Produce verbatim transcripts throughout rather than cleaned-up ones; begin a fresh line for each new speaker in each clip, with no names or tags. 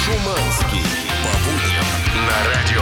Шуманский. По будням на радио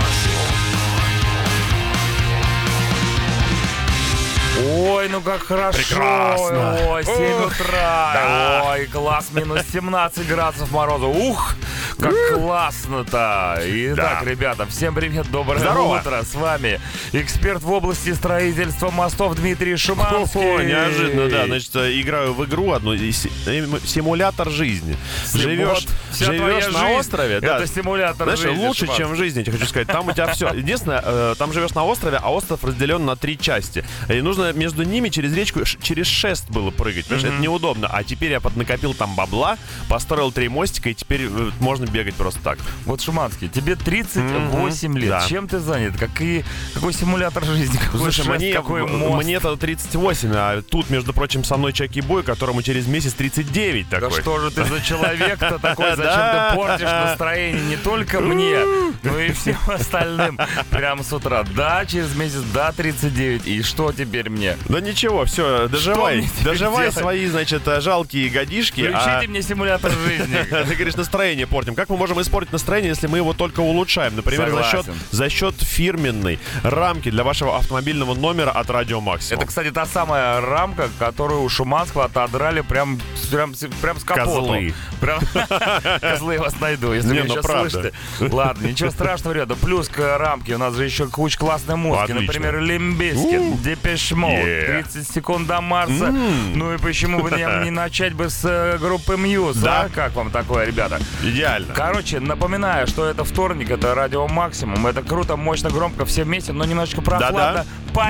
Ой, ну как хорошо.
Прекрасно.
Ой, семь утра.
Да.
Ой, класс, минус семнадцать градусов мороза. Ух, как классно-то. Итак,
Да.
ребята, всем привет, доброе
Здорово.
утро. С вами эксперт в области строительства мостов Дмитрий Шуманский.
О, неожиданно, да. Значит, играю в игру одну, и си- симулятор жизни. Живешь,
Вот, вся
живешь
твоя
на
жизнь
острове,
это
да.
симулятор
Знаешь,
жизни,
лучше,
Шуманский.
чем в жизни, я тебе хочу сказать. Там у тебя все. Единственное, э, там живешь на острове, а остров разделен на три части. И нужно между ними через речку, ш- через шест было прыгать. Понимаешь, это неудобно. А теперь я поднакопил там бабла, построил три мостика, и теперь э, можно бегать просто так.
Вот, Шуманский, тебе тридцать восемь
Мгм,
лет.
да.
Чем ты занят? Какие, какой симулятор жизни? Какой
Слушай,
шест,
мне,
какой мост?
мне-то тридцать восемь, а тут, между прочим, со мной Чаки-бой, которому через месяц тридцать девять
Да
такой.
что же ты за человек-то такой? Зачем
Да.
ты портишь настроение не только мне, но и всем остальным прямо с утра? Да, через месяц, да, тридцать девять. И что теперь мне?
Да ничего, все, доживай.
мне теперь
Доживай
делать?
свои, значит, жалкие годишки.
Включите
а-
мне симулятор жизни.
Ты говоришь, настроение портим. Как мы можем испортить настроение, если мы его только улучшаем? Например, за счет,
Согласен.
за счет фирменной рамки для вашего автомобильного номера от Радио Максимум.
Это, кстати, та самая рамка, которую у Шуманского отодрали прям, прям, с- прям с капоту.
Козлы.
Прям... Козлы вас найду, если
Не,
вы
ну
сейчас
правда.
слышите. Ладно, ничего страшного, ребята. Плюс к рамке у нас же еще куча классной музыки.
Отлично.
Например, Limp Bizkit, Depeche Mode,
Yeah.
тридцать секунд до Марса. Ну и почему бы не, не начать бы с э, группы Muse,
Да.
а? Как вам такое, ребята?
Идеально.
Короче, напоминаю, что это вторник, это Радио Максимум. Это круто, мощно, громко, все вместе, но немножечко прохладно.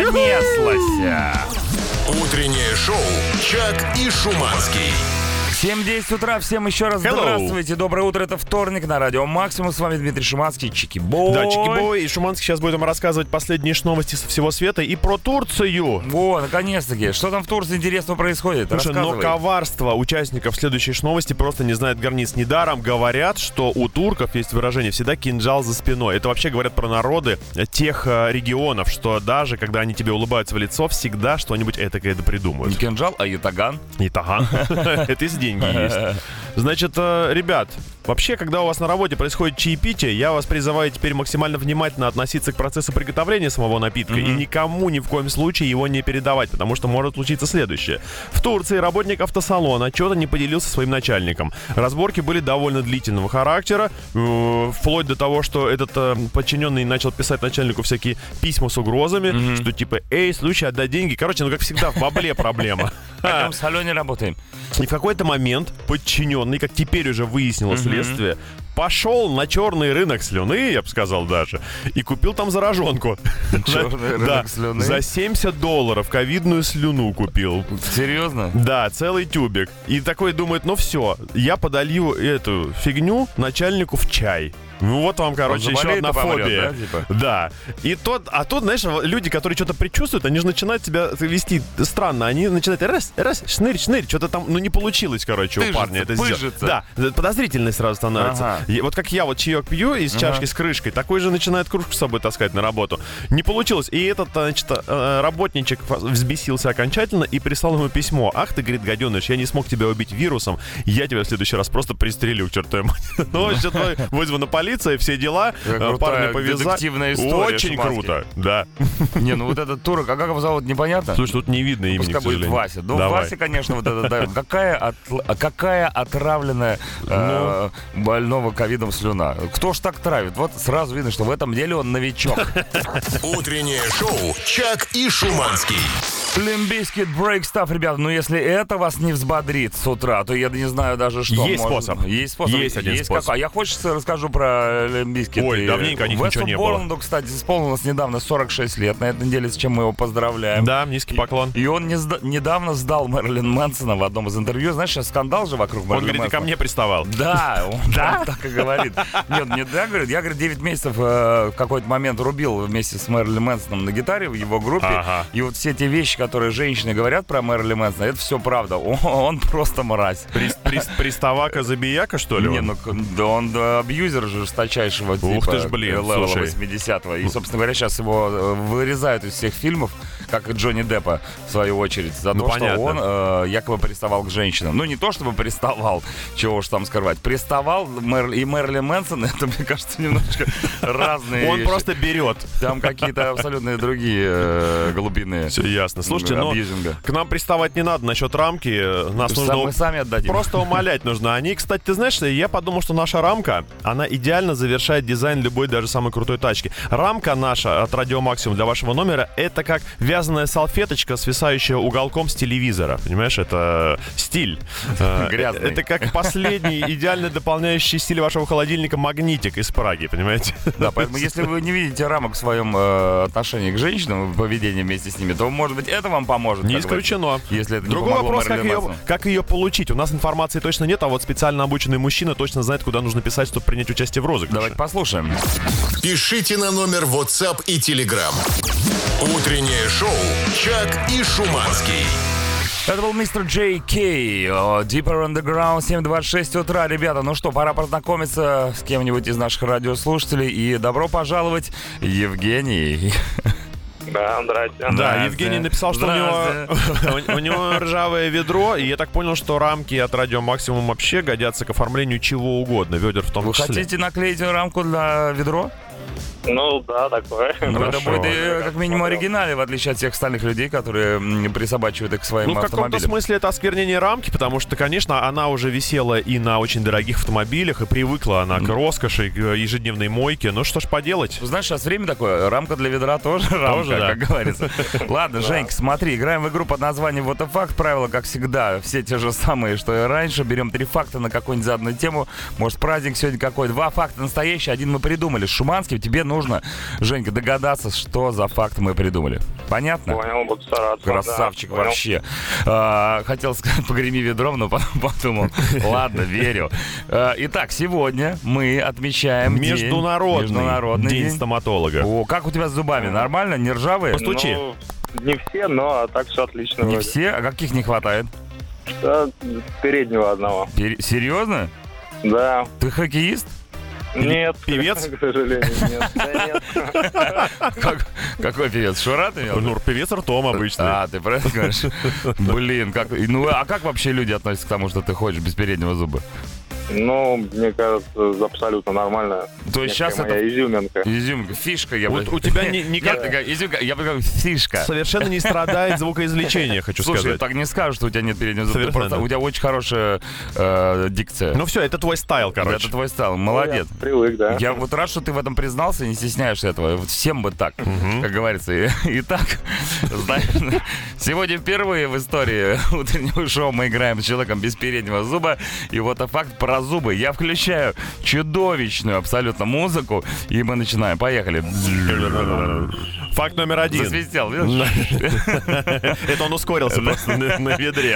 Понеслось!
Утреннее шоу «Чак и Шуманский».
семь десять утра, всем еще раз
Hello.
здравствуйте. Доброе утро, это вторник на Радио Максимум. С вами Дмитрий Шуманский, Чики-бой.
Да, Чики-бой и Шуманский сейчас будет вам рассказывать последние ж новости со всего света и про Турцию.
О, наконец-таки. Что там в Турции интересного происходит?
Слушай, но
Рассказывай.
коварство участников следующей ж новости просто не знает границ. Недаром говорят, что у турков есть выражение «всегда кинжал за спиной». Это вообще говорят про народы тех э, регионов, что даже когда они тебе улыбаются в лицо, всегда что-нибудь этакое да
Не
придумают.
кинжал, а ятаган.
И таган. Это из деньги есть. Значит, э, ребят, вообще, когда у вас на работе происходит чаепитие, я вас призываю теперь максимально внимательно относиться к процессу приготовления самого напитка и никому ни в коем случае его не передавать, потому что может случиться следующее. В Турции работник автосалона что-то не поделился своим начальником. Разборки были довольно длительного характера, э, вплоть до того, что этот э, подчиненный начал писать начальнику всякие письма с угрозами, что типа, эй, слушай, отдай деньги. Короче, ну как всегда, в бабле проблема.
Пойдем в салоне работаем.
И в какой-то момент подчиненный, как теперь уже выяснило следствие, пошел на черный рынок слюны, я бы сказал даже, и купил там зараженку.
Черный рынок
Да,
слюны?
за семьдесят долларов ковидную слюну купил.
Серьезно?
Да, целый тюбик. И такой думает, ну все, я подолью эту фигню начальнику в чай. Ну вот вам, короче,
Он
еще
заболеет
одна
и помрет,
фобия.
да, типа?
Да. И тот, а тут, знаешь, люди, которые что-то предчувствуют, они же начинают себя вести странно. Они начинают раз, раз, шнырь, шнырь. Что-то там, ну не получилось, короче, у
Пыжится,
парня это сделать.
пыжится.
Да, подозрительность сразу становится.
Ага.
И вот как я вот чаек пью из чашки с крышкой, такой же начинает кружку с собой таскать на работу. Не получилось. И этот, значит, э, работничек взбесился окончательно и прислал ему письмо. Ах ты, говорит, гаденыш, я не смог тебя убить вирусом, я тебя в следующий раз просто пристрелю к чертовой матери. Ну, значит, вызвана полиция, все дела,
Какая
э,
крутая
парня повязали.
детективная история,
Очень
Шуманский.
круто, да.
Не, ну вот этот турок, а как его зовут, непонятно?
Слушай, тут не видно имени,
Пускай
к
будет
сожалению.
Вася. Ну,
Давай.
Вася, конечно, вот это, да. Какая, отл- а какая отравленная э,
Ну.
больного ковидом слюна. Кто ж так травит? Вот сразу видно, что в этом деле он новичок.
Утреннее шоу «Чак и Шуманский».
Limp Bizkit, Break Stuff, ребята, ну если это вас не взбодрит с утра, то я не знаю даже что.
Есть
может-
способ.
Есть способ.
Есть один способ.
какой. А я хочется расскажу про Limp Bizkit.
Ой,
И
давненько о них ничего не было.
Борленду, кстати, исполнилось недавно сорок шесть лет на этой неделе, с чем мы его поздравляем.
Да, низкий поклон.
И он не сда- недавно сдал Мэрилин Мэнсона в одном из интервью. Знаешь, сейчас скандал же вокруг
Он
Мэрилин
говорит, ты ко
Мэнсона.
мне приставал.
Да, он прям так и говорит. Нет, не да, говорит. Я, говорит, девять месяцев э, в какой-то момент рубил вместе с Мэрилин Мэнсоном на гитаре в его группе.
Ага.
И вот все те вещи, которые женщины говорят про Мэрилин Мэнсона, это все правда. О, он просто мразь.
При- при- Приставака-забияка, что ли?
Не,
он?
ну к- да он да, абьюзер же жесточайшего типа
Ух ты ж, блин,
левела
слушай.
восьмидесятого. И, собственно говоря, сейчас его э, вырезают из всех фильмов, как и Джонни Деппа, в свою очередь, за
Ну,
то,
понятно.
что он э, якобы приставал к женщинам. Ну, не то, чтобы приставал, чего уж там скрывать. Приставал Мэр- и Мэрилин Мэнсон, это, мне кажется, немножко разные
Он
вещи.
просто берет.
Там какие-то абсолютно другие э, глубины.
Все ясно. Слушайте, ну,
абьюзинга.
к нам приставать не надо насчет рамки. Нас нужно
Мы сами отдадим.
просто умолять нужно. Они, кстати, ты знаешь, я подумал, что наша рамка, она идеально завершает дизайн любой, даже самой крутой тачки. Рамка наша от Радио Максимум для вашего номера, это как вязаная салфеточка, свисающая уголком с телевизора. Понимаешь, это стиль. Э,
Грязный.
Это как последний идеально дополняющий стиль вашего холодильника магнитик из Праги, понимаете?
Да, поэтому если вы не видите рамок в своем э, отношении к женщинам, поведении вместе с ними, то, может быть, это вам поможет.
Не
как бы,
исключено.
Если это не
Другой
помогло
вопрос, как
Мэрилин
ее,
Мэнсону.
как ее получить. У нас информации точно нет, а вот специально обученный мужчина точно знает, куда нужно писать, чтобы принять участие в розыгрыше.
Давайте послушаем.
Пишите на номер WhatsApp и Telegram. Утреннее шоу «Чак и Шуманский».
Это был мистер Джей Кей, Deeper Underground, семь двадцать шесть утра. Ребята, ну что, пора познакомиться с кем-нибудь из наших радиослушателей. И добро пожаловать, Евгений.
Да, здрасте.
Да,
Здрасте.
Евгений написал, что у него, у него ржавое ведро, и я так понял, что рамки от Радио Максимум вообще годятся к оформлению чего угодно, ведер в том
Вы
числе.
хотите наклеить рамку для ведро?
Ну, да, такое.
Ну, это
Хорошо.
будет э, как минимум оригинальный, в отличие от всех остальных людей, которые м, присобачивают их к своим
Ну, в каком-то
автомобилям.
смысле это осквернение рамки, потому что, конечно, она уже висела и на очень дорогих автомобилях, и привыкла она к роскоши, к ежедневной мойке. Ну, что ж поделать.
Знаешь, сейчас время такое, рамка для ведра тоже рамка,
да.
как говорится. Ладно, Женька, смотри, играем в игру под названием «Вот и факт». Правила, как всегда, все те же самые, что и раньше. Берем три факта на какую-нибудь заданную тему. Может, праздник сегодня какой. Два факта настоящие, один мы придумали. С Шуманским тебе нужно, Женька, догадаться, что за факт мы придумали. Понятно?
Понял, буду стараться.
Красавчик
да, понял.
вообще. А, хотел сказать, погреми ведром, но потом подумал, ладно, верю. А, итак, сегодня мы отмечаем день-
Международный,
Международный
день
день.
стоматолога.
О, как у тебя с зубами? Нормально? Не ржавые?
Постучи.
Ну, не все, но а так все отлично.
Не
вроде.
все? А каких не хватает?
Да, переднего одного.
Пер- Серьезно?
Да.
Ты хоккеист?
Нет.
Певец?
К сожалению, нет. Да нет.
Как- какой певец? Шура ты имел?
Ну, певец ртом обычный.
А, ты правильно говоришь? Блин, как... Ну, а как вообще люди относятся к тому, что ты ходишь без переднего зуба?
Ну, мне кажется, абсолютно нормально.
То есть сейчас
Некая моя
это
изюминка.
изюминка, фишка, я бы...
Вот у тебя ни- никак-
Нет, такая изюминка, я бы говорил, фишка.
Совершенно не страдает звукоизвлечение, хочу
Слушай,
сказать.
так не скажешь, что у тебя нет переднего зуба. Ты
Совершенно.
просто- У тебя очень хорошая э, дикция.
Ну все, это твой стайл, короче.
Это твой стайл. Молодец.
Я привык, да.
Я вот рад, что ты в этом признался и не стесняешься этого. Вот всем бы так, как говорится. И- Итак, знаешь, сегодня впервые в истории утреннего шоу мы играем с человеком без переднего зуба. И вот это факт про зубы. Я включаю чудовищную абсолютно музыку, и мы начинаем. Поехали.
Факт номер один.
Засвистел, видишь?
Это он ускорился просто на на ведре.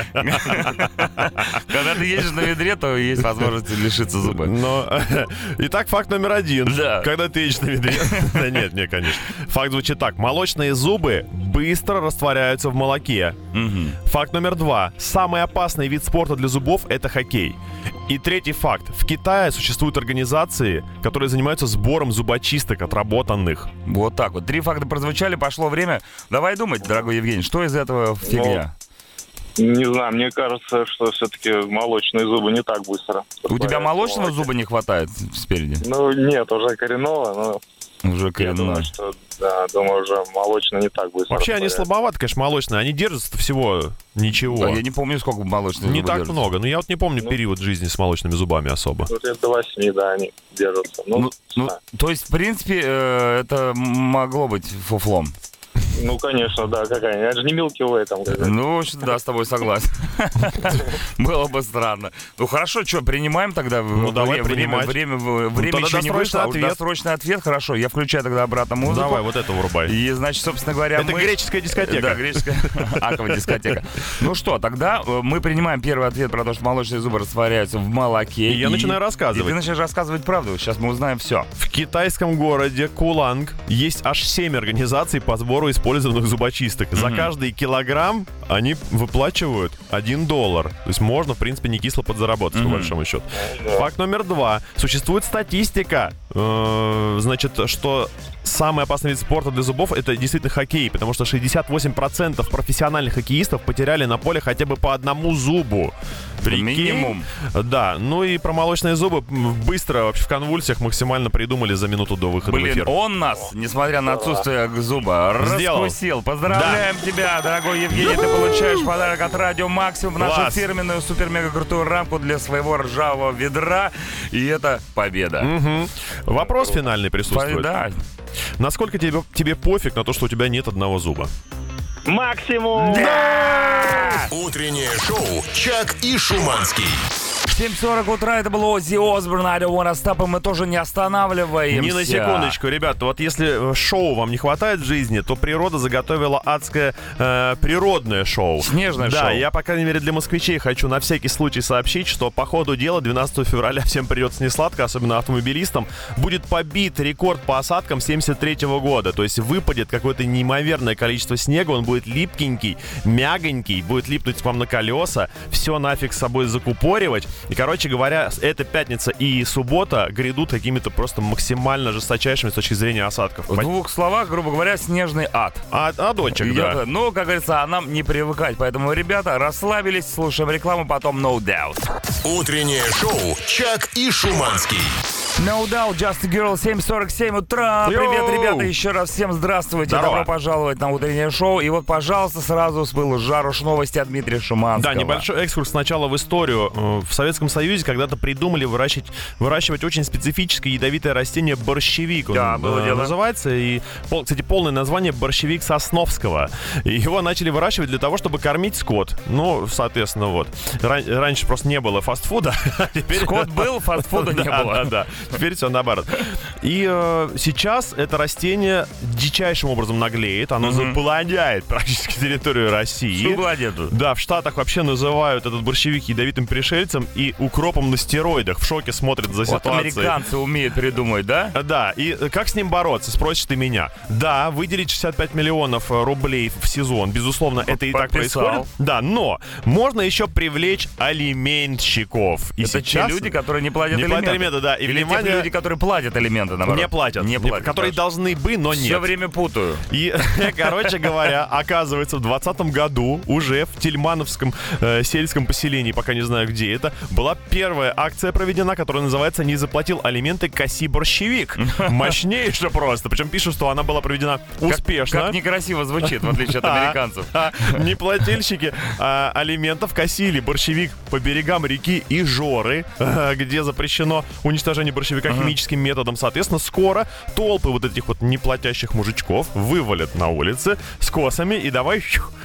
Когда ты едешь на ведре, то есть возможность лишиться зуба.
Но, итак, факт номер один.
Да.
Когда ты едешь на ведре... Да нет, нет, конечно. Факт звучит так. Молочные зубы быстро растворяются в молоке.
Мгм.
Факт номер два. Самый опасный вид спорта для зубов – это хоккей. И третий факт. В Китае существуют организации, которые занимаются сбором зубочисток отработанных.
Вот так вот. Три факта прозвучали, пошло время. Давай думать, дорогой Евгений, что из этого фигня?
Не знаю, мне кажется, что все-таки молочные зубы не так быстро.
У тебя молочного
Молоке.
зуба не хватает спереди?
Ну, нет, уже коренного, но
Уже
я
коренной.
думаю, что, да, думаю, уже молочный не так быстро.
Вообще они
растворяется.
слабоваты, конечно, молочные. Они держатся всего ничего.
Да, я не помню, сколько молочных
Не
зубов
так
держится.
много. Но я вот не помню
Ну.
период жизни с молочными зубами особо.
Ну, лет до восьми, да, они держатся. Ну,
Ну, ну,
да.
то есть, в принципе, э, это могло быть фуфлом.
Ну, конечно, да, какая. Это же не Milky Way там. какая-то.
Ну, в общем, да, с тобой согласен. Было бы странно. Ну, хорошо, что, принимаем тогда?
Ну, давай
время,
принимать.
Время, время, время
тогда
еще не
досрочный
вышло. а
ответ.
Досрочный ответ, хорошо. Я включаю тогда обратно музыку.
Давай, вот это вырубай.
И, значит, собственно говоря,
Это
мы...
греческая дискотека.
Да, греческая аковая дискотека. Ну что, тогда э, мы принимаем первый ответ про то, что молочные зубы растворяются в молоке.
И я начинаю рассказывать.
И ты начинаешь рассказывать правду. Сейчас мы узнаем все.
В китайском городе Куланг есть аж семь организаций по сбору использованных зубочисток. За каждый килограмм они выплачивают один доллар. То есть можно, в принципе, не кисло подзаработать, по большому счету. Факт номер два. Существует статистика, э, значит, что самый опасный вид спорта для зубов — это действительно хоккей, потому что шестьдесят восемь процентов профессиональных хоккеистов потеряли на поле хотя бы по одному зубу. Прикинь?
Минимум.
Да, ну и про молочные зубы быстро, вообще в конвульсиях максимально придумали за минуту до выхода
Блин,
в эфир.
он нас, несмотря на отсутствие зуба,
Сделал.
раскусил. Поздравляем да. тебя, дорогой Евгений. Ты получаешь подарок от Радио Максимум, нашу
Класс.
фирменную супер-мега-крутую рамку для своего ржавого ведра. И это победа.
Угу. Вопрос финальный присутствует.
Да.
Насколько тебе, тебе пофиг на то, что у тебя нет одного зуба?
Максимум!
Да!
Утреннее шоу «Чак и Шуманский».
семь сорок утра, это был Оззи Осборн, I don't wanna stop, и мы тоже не останавливаемся.
Не на секундочку, ребят, вот если шоу вам не хватает в жизни, то природа заготовила адское э, природное шоу.
Снежное
да,
шоу.
я, по крайней мере, для москвичей хочу на всякий случай сообщить, что по ходу дела двенадцатого февраля всем придется несладко, особенно автомобилистам. Будет побит рекорд по осадкам семьдесят третьего года, то есть выпадет какое-то неимоверное количество снега, он будет липкенький, мягонький, будет липнуть к вам на колеса, все нафиг с собой закупоривать. И, короче говоря, эта пятница и суббота грядут какими-то просто максимально жесточайшими с точки зрения осадков.
В двух словах, грубо говоря, снежный ад.
А, адочек, да.
Я, ну, как говорится, а нам не привыкать. Поэтому, ребята, расслабились, слушаем рекламу, потом No Doubt.
Утреннее шоу «Чак и Шуманский».
No Doubt, Just a Girl, семь сорок семь утра.
Йоу!
Привет, ребята, еще раз всем здравствуйте.
Здорово.
Добро пожаловать на утреннее шоу. И вот, пожалуйста, сразу всплыл жаруш новости от Дмитрия Шуманского.
Да, небольшой экскурс сначала в историю. В Советском Союзе когда-то придумали выращивать, выращивать очень специфическое ядовитое растение борщевик. Он,
Да, было дело.
Называется. И, кстати, полное название — борщевик Сосновского. И его начали выращивать для того, чтобы кормить скот. Ну, соответственно, вот. Ран- раньше просто не было фастфуда.
Скот был, фастфуда не
Да,
было.
да, да. Теперь все наоборот. И э, сейчас это растение дичайшим образом наглеет. Оно заполоняет практически территорию России.
Всю планету.
Да, в Штатах вообще называют этот борщевик ядовитым пришельцем и укропом на стероидах. В шоке смотрят за
Вот
ситуацией.
американцы умеют придумать, да?
Да, и как с ним бороться, спросишь ты меня. Да, выделить шестьдесят пять миллионов рублей в сезон, безусловно, это и так
Подписал.
происходит. Да, но можно еще привлечь алиментщиков. И
Это
сейчас
те люди, которые не платят
не
элементы.
платят элементы, да. И
Или
внимание,
те люди, которые платят элементы, наоборот.
не платят.
Не платят.
Которые
даже.
должны бы, но нет.
Все время путаю.
И, короче говоря, оказывается, в двадцатом году уже в Тельмановском э, сельском поселении, пока не знаю, где это, была первая акция проведена, которая называется «Не заплатил алименты, коси борщевик». Мощнейше просто. Причем пишут, что она была проведена успешно.
Как, как некрасиво звучит, в отличие от американцев.
Неплательщики а, алиментов косили борщевик по берегам реки Ижоры, а, где запрещено уничтожение борщевика химическим методом. Соответственно, скоро толпы вот этих вот неплатящих мужичков вывалят на улицы с косами и давай...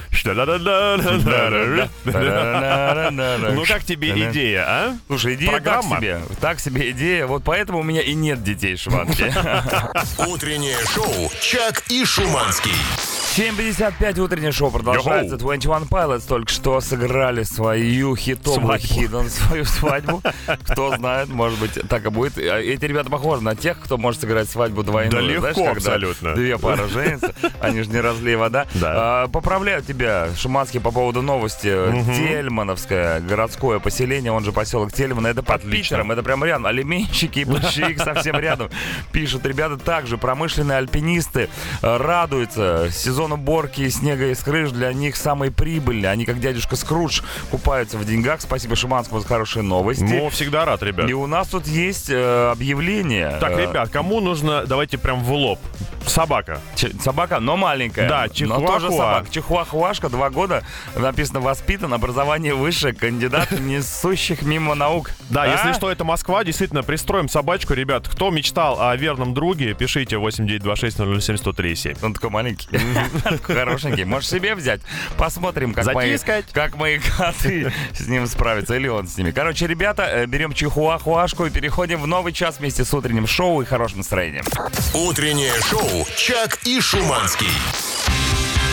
Ну как тебе идея, а?
Слушай, идея
Программа?
так себе. Так себе идея. Вот поэтому у меня и нет детей, Шуманский.
Утреннее шоу «Чак и Шуманский».
семь пятьдесят пять утреннее шоу продолжается. двадцать один Pilots только что сыграли свою хитовую хит, свою свадьбу. Кто знает, может быть, так и будет. Эти ребята похожи на тех, кто может сыграть свадьбу двойную.
Да легко,
знаешь, когда
абсолютно.
Две пары женятся, они же не разлей вода.
Да.
А, поправляю тебя, Шуманский, по поводу новости. Тельмановское городское поселение, он же поселок Тельмано, это под
Отлично.
Питером, это прямо рядом. Алименщики и борщевик совсем рядом. Пишут ребята также, промышленные альпинисты э, радуются сезон уборки снега из крыш для них самый прибыльный. Они, как дядюшка Скрудж, купаются в деньгах. Спасибо Шуманскому за хорошие новости.
Ну, всегда рад, ребят.
И у нас тут есть э, объявление.
Так,
Э,
ребят, кому нужно, давайте прям в лоб. Собака.
Ч- собака, но маленькая.
Да,
Но
чихуахуа.
тоже собака. Чихуахуашка, два года. Написано воспитан, образование высшее, кандидат несущих мимо наук.
Да,
А?
если что, это Москва. Действительно, пристроим собачку. Ребят, кто мечтал о верном друге, пишите восемь девять два шесть ноль ноль семь сто три семь.
Он такой маленький, такой хорошенький. Можешь себе взять. Посмотрим, как мои,
Затискать.
как мои коты с ним справятся. Или он с ними. Короче, ребята, э, берем чихуахуашку и переходим в новый час вместе с утренним шоу и хорошим настроением.
Утреннее шоу «Чак и Шуманский».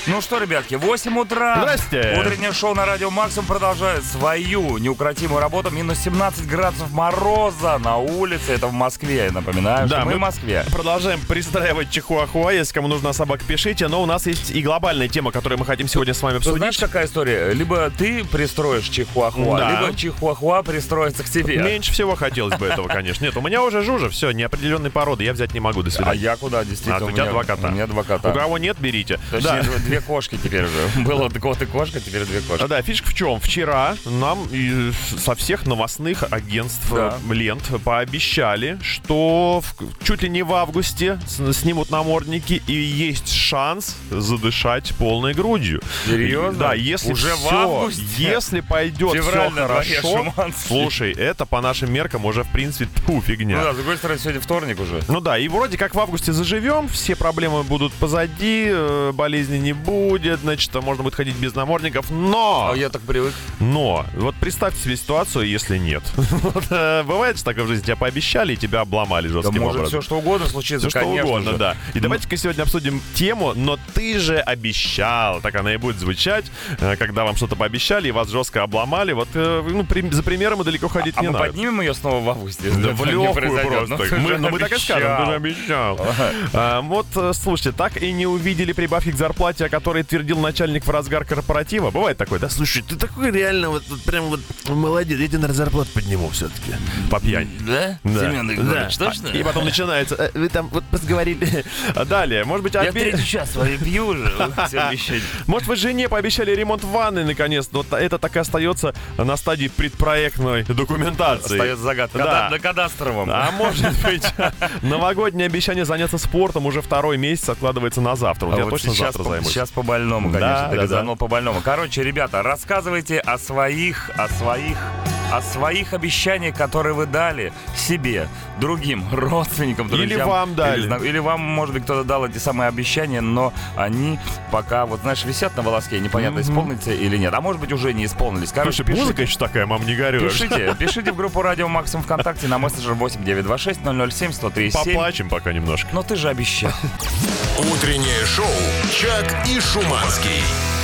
Ну что, ребятки, восемь утра.
Здрасте.
Утреннее шоу на Радио Максимум продолжает свою неукротимую работу. Минус семнадцать градусов мороза на улице. Это в Москве, я напоминаю,
Да,
что мы
мы
в Москве.
Продолжаем пристраивать чихуахуа. Если кому нужна собака, пишите. Но у нас есть и глобальная тема, которую мы хотим сегодня с вами
Ты
обсудить.
знаешь, какая история? Либо ты пристроишь чихуахуа,
Да.
либо чихуахуа пристроится к тебе.
Меньше всего хотелось бы этого, конечно. Нет, у меня уже жужа, все, неопределенной породы, я взять не могу, до
А
свидания.
я куда, действительно?
А, у
у
тебя
меня-
два кота.
У меня два кота.
У кого нет, берите.
Точнее,
Да.
две кошки теперь уже. Было кот и кошка, теперь две кошки.
А, Да, фишка в чем? Вчера нам и со всех новостных агентств
Да.
э, лент пообещали, что в- чуть ли не в августе с- снимут намордники и есть шанс задышать полной грудью.
Серьезно?
Да, если
Уже в
всё-
августе?
если пойдет все
Февраль на дворе,
хорошо,
Шуманский.
слушай, это по нашим меркам уже в принципе тьфу, фигня.
Ну да, с другой стороны, сегодня вторник уже.
Ну да, и вроде как в августе заживем, все проблемы будут позади, э, болезни не будет, значит, можно будет ходить без намордников, но,
А я так привык.
но, вот представьте себе ситуацию, если нет. Вот, э, Бывает, что такое в жизни, тебя пообещали и тебя обломали
Да
жестким
может
образом.
все что угодно случится,
Все что
конечно
угодно,
же.
да. И давайте-ка сегодня обсудим тему «Но ты же обещал». Так она и будет звучать, э, когда вам что-то пообещали и вас жестко обломали. Вот э, ну, при- за примером и далеко ходить
А
не
мы
надо.
поднимем ее снова в августе? если
Да
это
в
не
легкую
произойдет? Ну,
просто.
ты
Мы,
же
ну, мы так и скажем, ты же
обещал.
обещал. А, вот, э, слушайте, так и не увидели прибавки к зарплате, о которой твердил начальник в разгар корпоратива. Бывает такое, да? Слушай, ты такой реально вот, вот прям вот молодец, я тебе на зарплату подниму все-таки. По пьяни.
Да?
Да.
Семен
Да.
Егорович, точно?
И потом начинается, «Э, вы там вот поговорили. А далее, может быть,
Я
обе-
третий час свои пью уже. вот все обещания.
Может, вы жене пообещали ремонт ванны наконец, но та- это так и остается на стадии предпроектной документации.
Остается загадка.
Да.
Када- На кадастровом.
А может быть, новогоднее обещание заняться спортом уже второй месяц откладывается на завтра. Вот
А
я
вот
точно
сейчас
завтра
по,
займусь.
сейчас по больному,
Да,
конечно. Ты
да,
газанул по больному. Короче, ребята, рассказывайте о своих, о своих, о своих обещаниях, которые вы дали себе, другим родственникам,
Или
друзьям.
вам дали.
Или, зна- или вам, может быть, кто-то дал эти самые обещания, но они пока, вот знаешь, висят на волоске, непонятно,
Мгм.
исполнится или нет. А может быть, уже не исполнились. Короче,
Слушай,
пишите.
музыка еще такая, мам, не горюешь.
Пишите, пишите в группу Радио Максимум ВКонтакте на мессенджер восемь девятьсот двадцать шесть ноль ноль семь сто три семь.
Поплачем пока немножко.
Но ты же обещал.
Утреннее шоу «Чак и Шуманский».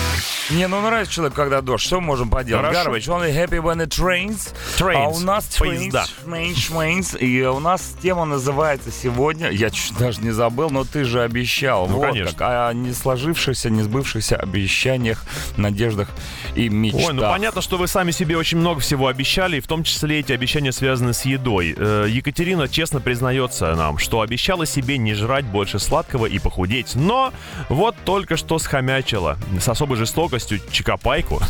Не, ну нравится человеку, когда дождь. Что мы можем поделать?
Хорошо.
Garbage, only happy when it rains.
Trains.
А у нас
Поезда.
trains, trains, trains. И у нас тема называется сегодня, я чуть даже не забыл, но ты же обещал.
Ну,
вот
конечно.
как. О не сложившихся, не сбывшихся обещаниях, надеждах и мечтах.
Ой, ну понятно, что вы сами себе очень много всего обещали, и в том числе эти обещания связаны с едой. Э, Екатерина честно признается нам, что обещала себе не жрать больше сладкого и похудеть, но вот только что схомячила с особой жестокостью чикопайку.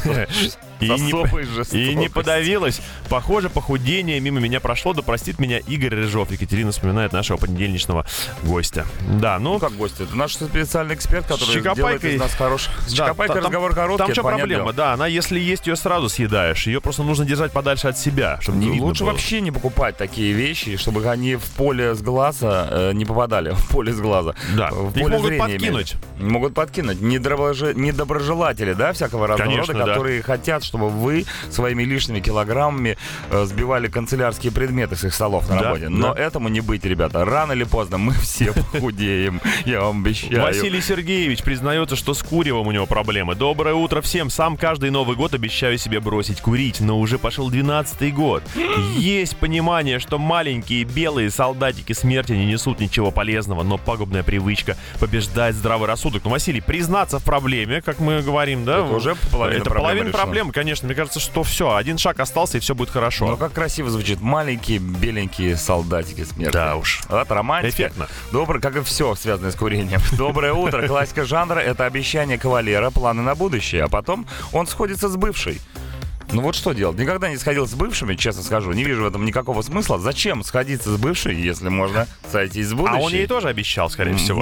И
С
не,
особой
и не
жестокостью.
подавилась. Похоже, похудение мимо меня прошло, да простит меня Игорь Рыжов. Екатерина вспоминает нашего понедельничного гостя. Да, ну...
Ну, как гость, это наш специальный эксперт, который
Чикопайкой-
делает из нас хороших. С
Да,
Чикопайкой
там-
разговор короткий,
Там
это
что
понятное
проблема?
дело.
Да, она, если есть, ее сразу съедаешь. Ее просто нужно держать подальше от себя, чтобы не
Ну,
видно
лучше
было.
вообще не покупать такие вещи, чтобы они в поле с глаза э, не попадали. В поле с глаза.
Да.
В
Их
поле
могут
зрения
подкинуть.
имею. Могут подкинуть. Недоброже- Недоброжелатели, да, всякого разного
Конечно,
рода,
да.
которые хотят, чтобы вы своими лишними килограммами э, сбивали канцелярские предметы с их столов на
Да,
работе.
да.
Но этому не быть, ребята. Рано или поздно мы все похудеем. Я вам обещаю.
Василий Сергеевич признается, что с куревом у него проблемы. Доброе утро всем. Сам каждый Новый год обещаю себе бросить курить, но уже пошел двенадцатый год. Есть понимание, что маленькие белые солдатики смерти не несут ничего полезного, но пагубная привычка побеждает здравый рассудок. Ну, Василий, признаться в проблеме, как мы говорим, да?
Это уже половина
Это
проблемы
половина
решена.
проблемы, конечно. Мне кажется, что все, один шаг остался, и все будет хорошо.
Ну, как красиво звучит. Маленькие беленькие солдатики смерти.
Да уж.
Вот романтика.
Эффектно.
Доброе, как и все, связанное с курением. Доброе утро. Классика жанра — это обещание кавалера, планы на будущее, а потом он сходится с бывшей. Ну вот что делать? Никогда не сходил с бывшими, честно скажу. Не вижу в этом никакого смысла. Зачем сходиться с бывшей, если можно сойтись с будущей?
А он ей тоже обещал, скорее всего.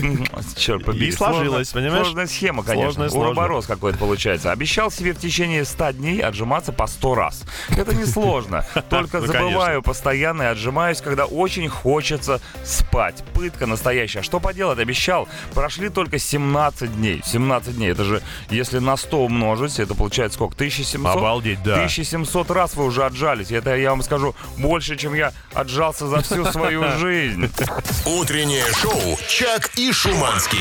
Черт побери.
И сложилось,
Сложная-
понимаешь?
Сложная схема, конечно.
Сложная, сложная.
Уроборос какой-то получается. Обещал себе в течение ста дней отжиматься по сто раз. Это несложно. Только
Ну,
забываю
конечно.
постоянно и отжимаюсь, когда очень хочется спать. Пытка настоящая. Что поделать? Обещал. Прошли только семнадцать дней. семнадцать дней. Это же, если на сто умножить, это получается сколько? тысяча семьсот?
Обалдеть, да.
тысяча семьсот раз вы уже отжались. Это, я вам скажу, больше, чем я отжался за всю свою жизнь.
Утреннее шоу «Чак и Шуманский».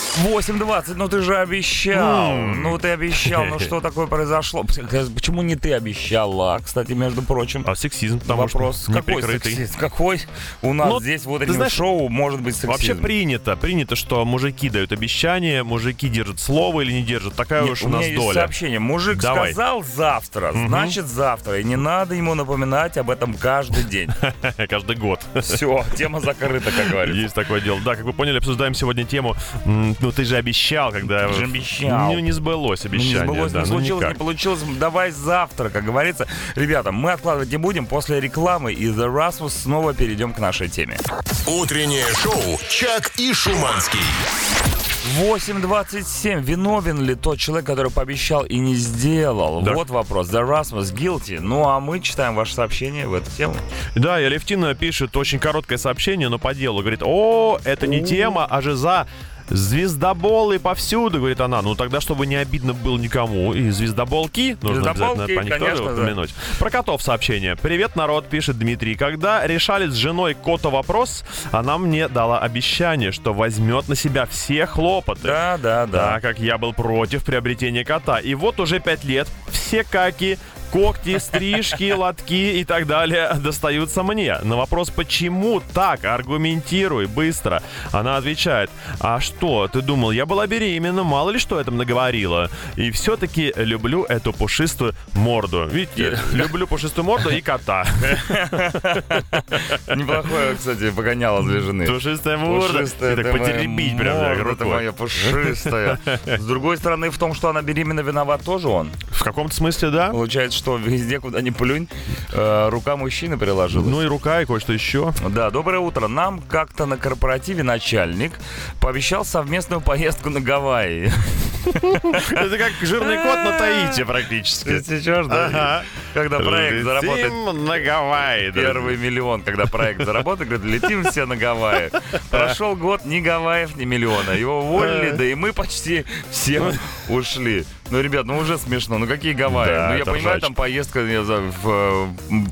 восемь двадцать, ну ты же обещал.
Mm.
Ну ты обещал, ну что такое произошло? Почему не ты обещала, кстати, между прочим?
А сексизм, потому
Вопрос,
что
какой
неприкрытый.
сексизм? Какой у нас
Ну,
здесь в
ты
утреннем
знаешь,
шоу может быть сексизм?
Вообще принято, принято, что мужики дают обещания, мужики держат слово или не держат. Такая
Нет,
уж у,
у
нас
меня есть
доля.
сообщение. Мужик
Давай.
сказал завтра,
Мгм.
значит завтра. И не надо ему напоминать об этом каждый день.
Каждый год.
Все, тема закрыта, как говорится.
Есть такое дело. Да, как вы поняли, обсуждаем сегодня тему. м, Ну ты же обещал, когда
Ты же обещал.
Ну, не сбылось
Ну, не
обещание.
сбылось,
да,
не
ну,
случилось,
никак.
не получилось. Давай завтра, как говорится. Ребята, мы откладывать не будем. После рекламы и The Rasmus снова перейдем к нашей теме.
Утреннее шоу «Чак и Шуманский».
восемь двадцать семь. Виновен ли тот человек, который пообещал и не сделал?
Да.
Вот вопрос. The Rasmus guilty. Ну, а мы читаем ваше сообщение в эту тему.
Да, и Алевтина пишет очень короткое сообщение, но по делу. Говорит, о, это не тема, а жиза. Звездоболы повсюду, говорит она. Ну тогда, чтобы не обидно было никому. И звездоболки, нужно
Звездоболки,
обязательно про них
конечно,
тоже
да.
упомянуть. Про котов сообщение. Привет, народ, пишет Дмитрий. Когда решали с женой кота вопрос, она мне дала обещание, что возьмет на себя все хлопоты.
Да, да, да.
Так как я был против приобретения кота. И вот уже пять лет все каки, когти, стрижки, лотки и так далее достаются мне. На вопрос, почему так, аргументируй быстро. Она отвечает, а что, ты думал, я была беременна, мало ли что я там наговорила. И все-таки люблю эту пушистую морду. Видите, люблю пушистую морду и кота.
Неплохое, кстати, погоняло для жены.
Пушистая морда.
Пушистая,
И так
ты моя
потеребить прям
морда,
так
ты
рукой.
моя пушистая. С другой стороны, в том, что она беременна, виноват тоже он.
В каком-то смысле, да?
Получается, что везде, куда ни плюнь, э, рука мужчины приложилась.
Ну и рука, и кое-что еще.
Да, доброе утро. Нам как-то на корпоративе начальник пообещал совместную поездку на Гавайи.
Это как жирный кот на Таити практически.
Сейчас, да?
Ага.
Когда проект заработает
Летим на Гавайи. да.
первый миллион, когда проект заработает, говорит, летим все на Гавайи. Прошел год, ни Гавайев, ни миллиона. Его уволили, да и мы почти все ушли. Ну, ребят, ну уже смешно. Ну, какие Гавайи?
Да,
ну, я
это
понимаю,
ржач.
там поездка не знаю, в, э,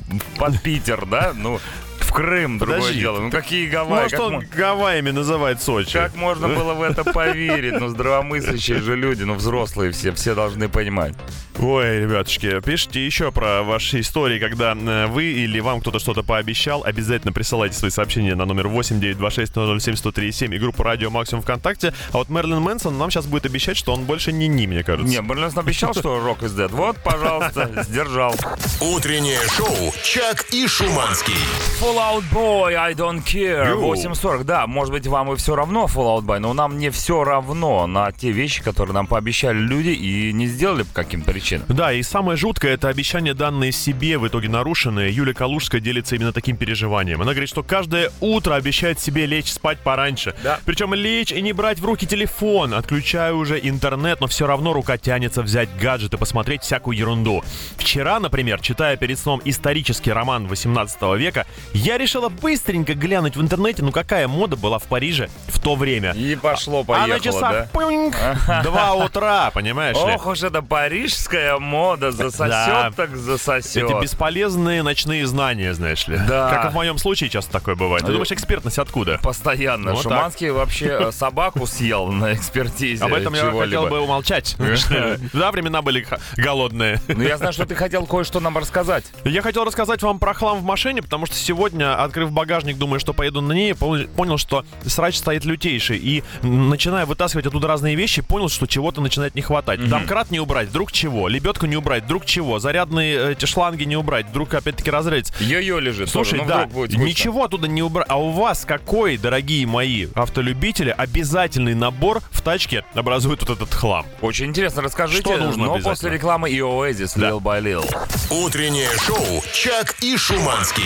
под Питер, да? Ну, в Крым, другое
Подожди.
дело. Ну, какие Гавайи?
Может,
Как
он
мо-
Гавайями называет Сочи.
Как можно было в это поверить? Ну, здравомыслящие же люди, ну, взрослые все, все должны понимать.
Ой, ребятушки, пишите еще про ваши истории, когда э, вы или вам кто-то что-то пообещал. Обязательно присылайте свои сообщения на номер восемь девятьсот двадцать шесть ноль ноль семь сто три семь и группу Радио Максимум ВКонтакте. А вот Мерлин Мэнсон нам сейчас будет обещать, что он больше не ни, мне кажется.
Не, Берлин обещал, что Rock is Dead. Вот, пожалуйста, сдержал.
Утреннее шоу «Чак и Шуманский».
Fallout Boy, I don't care.
Йоу.
восемь сорок. Да, может быть, вам и все равно, Fallout Boy, но нам не все равно на те вещи, которые нам пообещали люди и не сделали по каким-то причинам.
Да, и самое жуткое — это обещания, данные себе, в итоге нарушенные. Юля Калужская делится именно таким переживанием. Она говорит, что каждое утро обещает себе лечь спать пораньше.
Да.
Причем лечь и не брать в руки телефон. Отключаю уже интернет, но все равно рука тянется взять гаджет и посмотреть всякую ерунду. Вчера, например, читая перед сном исторический роман восемнадцатого века, я решила быстренько глянуть в интернете, ну какая мода была в Париже в то время.
И пошло-поехало,
а на часах
да?
пыньк, два утра, понимаешь ли?
Ох уж эта парижская мода, засосет
Да.
так засосет.
Эти бесполезные ночные знания, знаешь ли.
Да.
Как и в моем случае часто такое бывает. Ты думаешь, экспертность откуда?
Постоянно.
Вот
Шуманский вообще э, собаку съел на экспертизе.
Об этом я
чего-либо.
хотел бы умолчать. Да, времена были х- голодные.
Ну, я знаю, что ты хотел кое-что нам рассказать.
Я хотел рассказать вам про хлам в машине, потому что сегодня, открыв багажник, думаю, что поеду на ней, пон- понял, что срач стоит лютейший. И м, начиная вытаскивать оттуда разные вещи, понял, что чего-то начинает не хватать. Домкрат не убрать, вдруг чего? Лебедку не убрать, вдруг чего? Зарядные э, эти шланги не убрать, вдруг опять-таки разрядится.
Йо-йо лежит.
Слушай,
тоже, ну,
да,
вдруг будет скучно.
ничего оттуда не убрать. А у вас какой, дорогие мои автолюбители, обязательный набор в тачке образует вот этот хлам?
Очень интересно, расскажите.
Что нужно
но
обязательно?
после рекламы и Oasis,
Да.
Lil by Lil.
Утреннее шоу «Чак и Шуманский».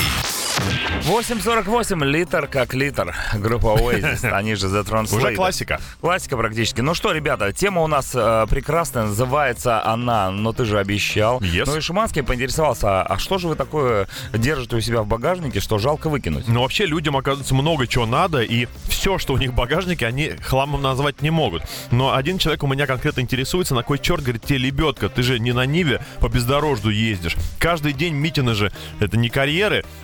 восемь сорок восемь, литр как литр. Группа Oasis, они же The Translator.
Уже классика.
Классика практически. Ну что, ребята, тема у нас э, прекрасная, называется она «Но ты же обещал».
Yes.
Ну и Шуманский поинтересовался, а, а что же вы такое держите у себя в багажнике, что жалко выкинуть?
Но вообще людям, оказывается, много чего надо, и все, что у них в багажнике, они хламом назвать не могут. Но один человек у меня конкретно интересуется, на кой черт, говорит, тебе лебедка, ты же не на Ниве по бездорожью ездишь. Каждый день митинги же, это не карьеры, а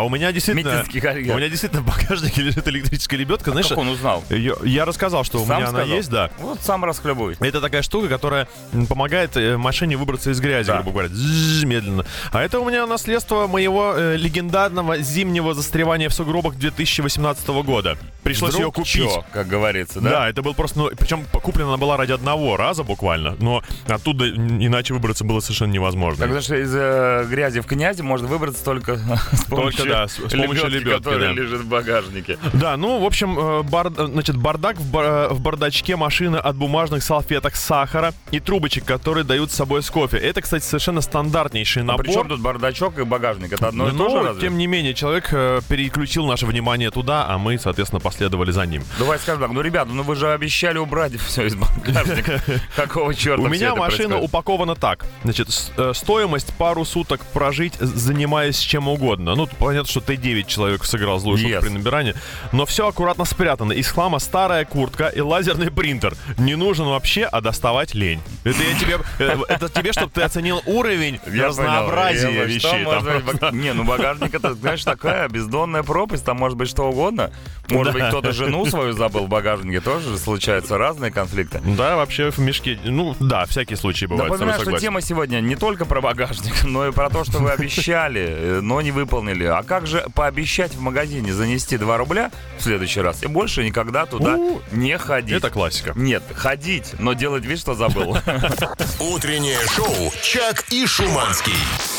у меня действительно,
Митинский карьер.
у меня действительно в багажнике лежит электрическая лебедка. Знаешь,
Как он узнал?
я, я рассказал, что
Сам
у меня
сказал?
она есть, да.
Вот сам расхлебывай.
Это такая штука, которая м, помогает э, машине выбраться из грязи,
Да.
грубо говоря, Ззз, медленно. А это у меня наследство моего э, легендарного зимнего застревания в сугробах две тысячи восемнадцатого года. Пришлось
Вдруг
ее купить.
чё, как говорится, да?
Да, это был просто, ну, причем куплена она была ради одного раза буквально, но оттуда н- иначе выбраться было совершенно невозможно.
Тогда что из э, грязи в князе можно выбраться только с помощью,
да, с- с помощью лебедки,
которая
да.
лежит в багажнике.
Да, ну, в общем, э, бар- значит, бардак в, бар- в бардачке машины от бумажных салфеток, сахара и трубочек, которые дают с собой с кофе. Это, кстати, совершенно стандартнейший
А
набор.
при чем тут бардачок и багажник? Это одно и
Но,
то же разве?
тем не менее, человек э, переключил наше внимание туда, а мы, соответственно, последовали за ним.
Давай скажем так, ну, ребята, ну вы же обещали убрать все из багажника. Какого черта
У
всё
меня
это
машина
происходит?
упакована так. Значит, с- э, стоимость пару суток прожить, з- занимаясь чем угодно. Ну, понятно, что Т девять человек сыграл злую шутку
Yes.
при набирании. Но все аккуратно спрятано. Из хлама старая куртка и лазерный принтер. Не нужен вообще, а доставать лень. Это я тебе, э, это тебе, чтобы ты оценил уровень
Я
разнообразия
понял. Я-
вещей.
Что может
там.
быть в баг- Не, ну багажник это, знаешь, такая бездонная пропасть, там может быть что угодно. Может быть, кто-то жену свою забыл в багажнике, тоже случаются разные конфликты.
Да, вообще в мешке. Ну, да, всякие случаи бывают. с тобой
Напоминаю, что
согласен.
тема сегодня не только про багажник, но и про то, что вы обещали, э, но не выполнили. А как же пообещать в магазине занести два рубля в следующий раз и больше никогда туда
Ну,
не ходить?
Это классика.
Нет, ходить, но делать вид, что забыл.
Утреннее шоу «Чак и Шуманский».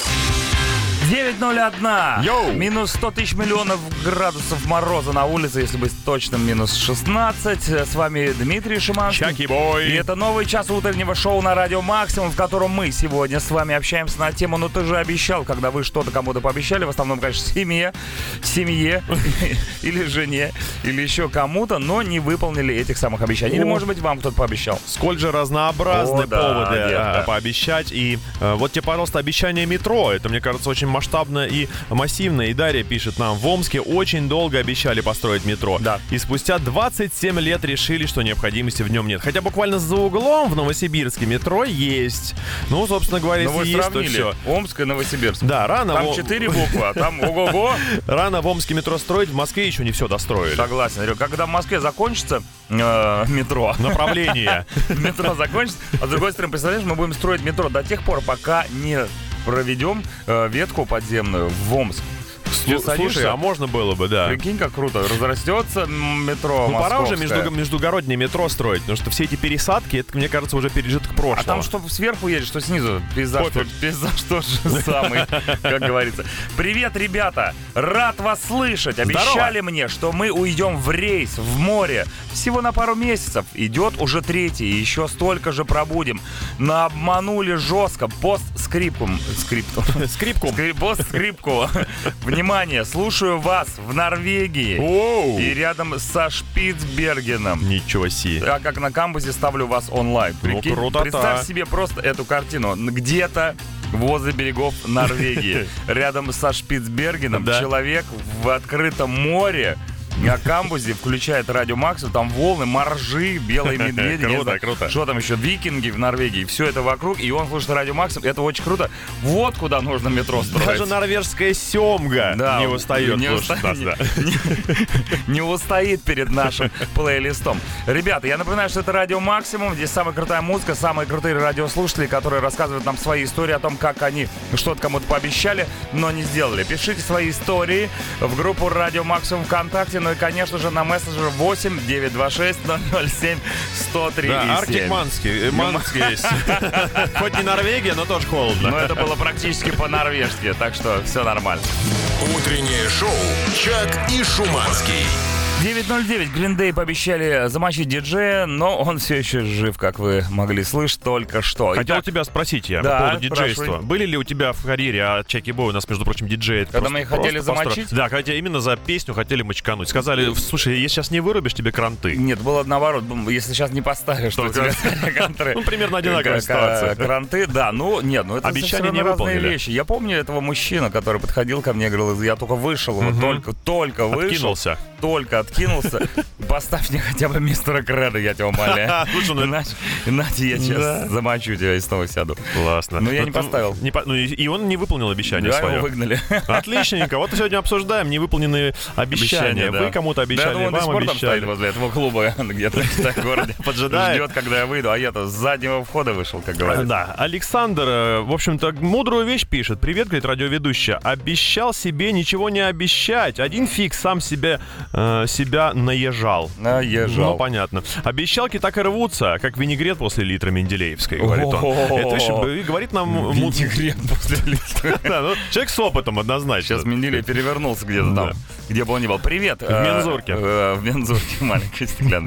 девять ноль один.
Йоу!
Минус сто тысяч миллионов градусов мороза на улице, если быть точным, минус шестнадцать. С вами Дмитрий Шиманский.
Чаки-бой.
И это новый час утреннего шоу на Радио Максимум, в котором мы сегодня с вами общаемся на тему «Ну ты же обещал», когда вы что-то кому-то пообещали, в основном, конечно, семье, семье или жене, или еще кому-то, но не выполнили этих самых обещаний. Или,
О.
может быть, вам кто-то пообещал.
Сколь же разнообразны
О, да,
поводы
нет,
а,
да.
пообещать. И а, вот тебе, пожалуйста, обещание метро. Это, мне кажется, очень масштабно и массивно. И Дарья пишет нам: в Омске очень долго обещали построить метро.
Да.
И спустя двадцать семь лет решили, что необходимости в нем нет. Хотя буквально за углом в Новосибирске метро есть. Ну, собственно говоря,
Ну вы
если есть, то
сравнили
все.
Омск и Новосибирск.
Да, рано,
Там
в...
четыре буквы, а там ого-го.
рано в Омске метро строить, в Москве еще не все достроили.
Согласен. Говорю, когда в Москве закончится э, метро,
Направление.
метро закончится, а с другой стороны, представляешь, мы будем строить метро до тех пор, пока не проведем э, ветку подземную в Омск. Ты
Слушай,
садишься,
а можно было бы, да.
прикинь, как круто, разрастется м, метро
Ну, пора уже
московское.
между, междугороднее метро строить, потому что все эти пересадки, это, мне кажется, уже пережиток прошлого.
А там что сверху едешь, что снизу? Пейзаж,
Пофиг.
тот- пейзаж тот же самый, как говорится. Привет, ребята! Рад вас слышать. Обещали мне, что мы уйдем в рейс, в море. Всего на пару месяцев. Идет уже третий, и еще столько же пробудем. Но обманули жестко. Постскриптум. Скриптум.
Скрипку.
Скри- Постскриптку. Внимание, слушаю вас в Норвегии.
Оу!
И рядом со Шпицбергеном.
Ничего себе.
А как на кампусе ставлю вас онлайн.
Ну,
Прикинь,
крутота.
представь себе просто эту картину. Где-то возле берегов Норвегии, рядом со Шпицбергеном,
Да.
человек в открытом море на камбузе включает Радио Максимум, там волны, моржи, белые медведи.
Круто,
не знаю,
круто.
Что там еще, викинги в Норвегии, все это вокруг, и он слушает Радио Максимум, это очень круто. Вот куда нужно метро строить.
Даже норвежская семга
Да,
не устает
не,
слушать
уста-
нас, да.
не- не устоит перед нашим плейлистом. Ребята, я напоминаю, что это Радио Максимум. Здесь самая крутая музыка, самые крутые радиослушатели, которые рассказывают нам свои истории о том, как они что-то кому-то пообещали, но не сделали. Пишите свои истории в группу Радио Максимум ВКонтакте, ну и, конечно же, на мессенджер восемь девятьсот двадцать шесть ноль ноль семь сто три
Да, Арктик
семь.
Манский. э, Манский есть. Хоть не Норвегия, но тоже холодно.
Но это было практически по-норвежски, так что все нормально.
Утреннее шоу «Чак и Шуманский».
девять ноль девять. Green Day пообещали замочить диджея, но он все еще жив, как вы могли слышать только что.
Хотел
Итак,
тебя спросить я
Да,
по поводу диджейства.
спрашивай.
Были ли у тебя в карьере, а Чаки Бой у нас, между прочим, диджей? это
Когда
просто-
мы их хотели
просто постро-
замочить?
Да, хотя именно за песню хотели мочкануть. Сказали, слушай, если сейчас не вырубишь, тебе кранты.
Нет, было наоборот. Если сейчас не поставишь, то у
Только-
тебя контры.
Ну, примерно одинаковая
К- к-
ситуация.
Кранты, да. Ну, нет, ну это
Обещания
совершенно
не
разные
выполнили.
вещи. Я помню этого мужчину, который подходил ко мне и говорил, я только вышел, вот только, только вышел.
Откинулся.
только откинулся, поставь мне хотя бы мистера Креда, я тебя умоляю. Иначе, иначе я сейчас да. замочу тебя и снова сяду.
Классно.
Но я не поставил.
Не, ну и, и он не выполнил обещание
да,
свое.
Его выгнали.
Отличненько. Вот сегодня обсуждаем невыполненные обещания. обещания да. Вы кому-то обещали, да, я думаю, вам обещали. Стоит возле этого клуба где-то в городе. Поджидает. Ждет, когда я выйду, а я-то с заднего входа вышел, как говорится. Да. Александр, в общем-то, мудрую вещь пишет. Привет, говорит радиоведущая. Обещал себе ничего не обещать. Один фиг сам себе, э, себя наезжал.
Наезжал.
Ну, понятно. Обещалки так и рвутся, как винегрет после литра Менделеевской, говорит он. Это еще говорит нам...
Винегрет после литра.
Да, ну, человек с опытом однозначно.
Сейчас Менделеев перевернулся где-то там, где бы он ни был. Привет.
В мензурке.
В мензурке маленькой стеклянной.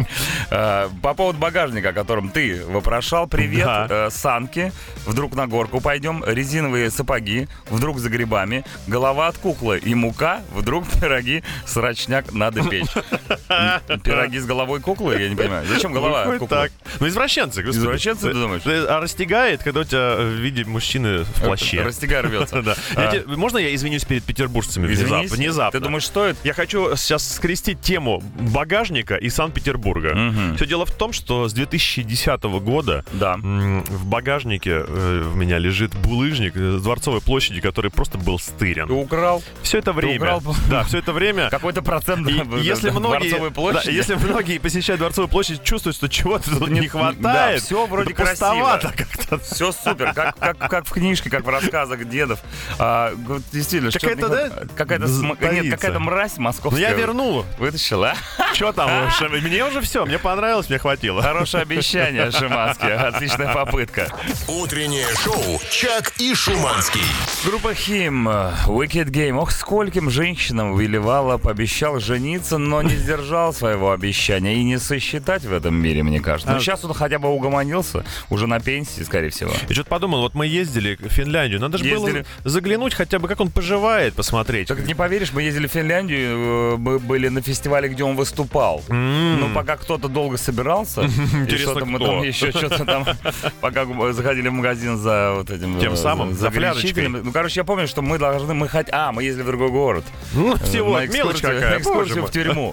По поводу багажника, о котором ты вопрошал. Привет. Санки. Вдруг на горку пойдем. Резиновые сапоги. Вдруг за грибами. Голова от куклы и мука. Вдруг пироги. Срочняк надо печь. Пироги с головой куклы? Я не понимаю. Зачем голова от куклы?
Так. Ну, извращенцы.
Извращенцы, ты думаешь?
А растягает, когда у тебя в виде мужчины в плаще.
Растягай рвется.
Да. А... Я тебе, можно я извинюсь перед петербуржцами внезапно? внезапно?
Ты думаешь, стоит?
Я хочу сейчас скрестить тему багажника и Санкт-Петербурга.
Угу.
Все дело в том, что с две тысячи десятого года
да.
м- в багажнике э, у меня лежит булыжник с Дворцовой площади, который просто был стырен.
Ты украл?
Все это время.
Ты украл?
Да, все это время.
Какой-то процент
если многие,
Дворцовой площади.
Да, если многие посещают Дворцовую площадь, чувствуют, что чего-то тут не, не хватает.
Да, все вроде красиво.
Как-то.
Все супер, как, как, как в книжке, как в рассказах дедов. А, действительно,
какая-то,
что
да?
Какая-то, см... Нет, какая-то мразь московская.
Ну я верну.
Вытащила.
Что там? Мне уже все, мне понравилось, мне хватило.
Хорошее обещание, Шиманский. Отличная попытка.
Утреннее шоу «Чак и Шуманский».
Группа Хим, Wicked Game. Ох, скольким женщинам Вилли пообещал жениться, но не сдержал своего обещания. И не сосчитать в этом мире, мне кажется. Но а... сейчас он хотя бы угомонился, уже на пенсии, скорее всего.
Я что-то подумал, вот мы ездили в Финляндию, надо же ездили. было заглянуть хотя бы, как он поживает, посмотреть.
Так не поверишь, мы ездили в Финляндию, мы были на фестивале, где он выступал.
Mm.
Но пока кто-то долго собирался,
интересно,
мы там еще что-то там, пока заходили в магазин за вот этим...
Тем самым, за
фляжечкой. Ну, короче, я помню, что мы должны, мы хоть... А, мы ездили в другой город.
Ну, всего, мелочь какая.
На экскурсию в тюрьму.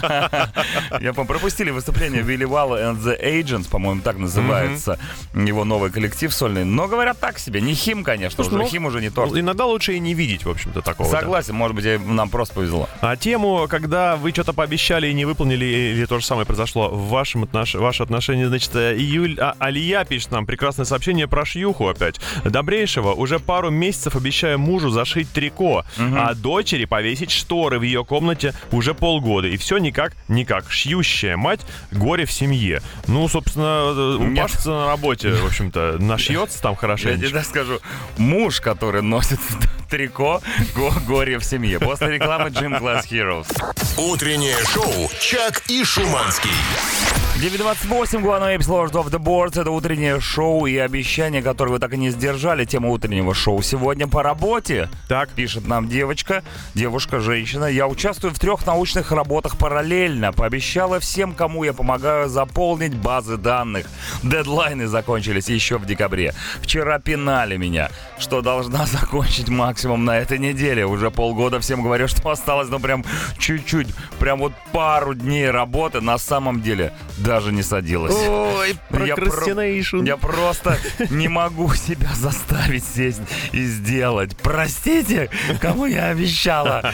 Я помню, пропустили выступление Вилли Валла and the Agents, по-моему, так называется его новый коллектив сольный. Но говорят так себе, не Хим, конечно, уже. Ну, Хим уже не торт.
Иногда лучше и не видеть, в общем-то, такого.
Согласен, да. Может быть, нам просто повезло.
А тему, когда вы что-то пообещали и не выполнили, или то же самое произошло в вашем отнош... ваши отношения, значит, Юль а, Алия пишет нам прекрасное сообщение про шьюху опять. Добрейшего, уже пару месяцев обещаю мужу зашить трико, угу. а дочери повесить шторы в ее комнате уже полгода. И все никак, никак. Шьющая мать, горе в семье. Ну, собственно, упашется на работе, в общем-то, нашьется там хорошенько.
Я тебе скажу, муж, который носит трико, горе в семье. После рекламы Gym Class Heroes.
Утреннее шоу «Чак и Шуманский».
девять двадцать восемь, главный эпизод of the Boards. Это утреннее шоу и обещание, которое вы так и не сдержали. Тема утреннего шоу сегодня по работе.
Так.
Пишет нам девочка, девушка, женщина. Я участвую в трех научных работах параллельно. Пообещала всем, кому я помогаю, заполнить базы данных. Дедлайны закончились еще в декабре. Вчера пинали меня, что должна закончить максимум на этой неделе. Уже полгода всем говорю, что осталось, ну прям чуть-чуть, прям вот пару дней работы. На самом деле даже не садилась.
Ой, прокрастинейшн.
Я, про... я просто не могу себя заставить сесть и сделать. Простите, кому я обещала.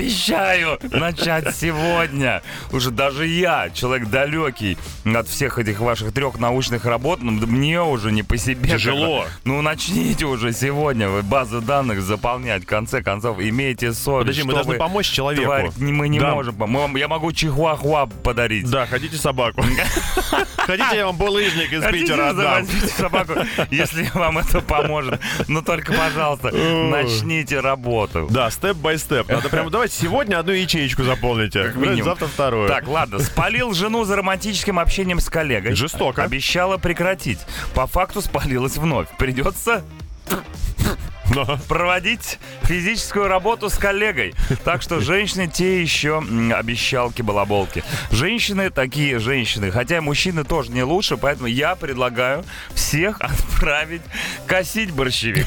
Обещаю начать сегодня. Уже даже я, человек далекий от всех этих ваших трех научных работ, ну, мне уже не по себе.
Тяжело.
Как... Ну, начните уже сегодня вы базу данных заполнять. В конце концов, имейте совесть.
Подожди, мы должны помочь человеку.
Тварь, мы не
да.
можем. Мы, я могу чихуахуа подарить.
Да, хотите собаку. Хотите, я вам булыжник из
Хотите,
Питера отдам.
Собаку, если вам это поможет. Но только, пожалуйста, начните работу.
Да, степ-бай-степ. Надо прямо, давайте сегодня одну ячеечку заполните. Завтра вторую.
Так, ладно. Спалил жену за романтическим общением с коллегой.
Жестоко.
Обещала прекратить. По факту спалилась вновь. Придется... проводить физическую работу с коллегой. Так что женщины те еще обещалки-балаболки. Женщины такие женщины. Хотя мужчины тоже не лучше, поэтому я предлагаю всех отправить косить борщевик.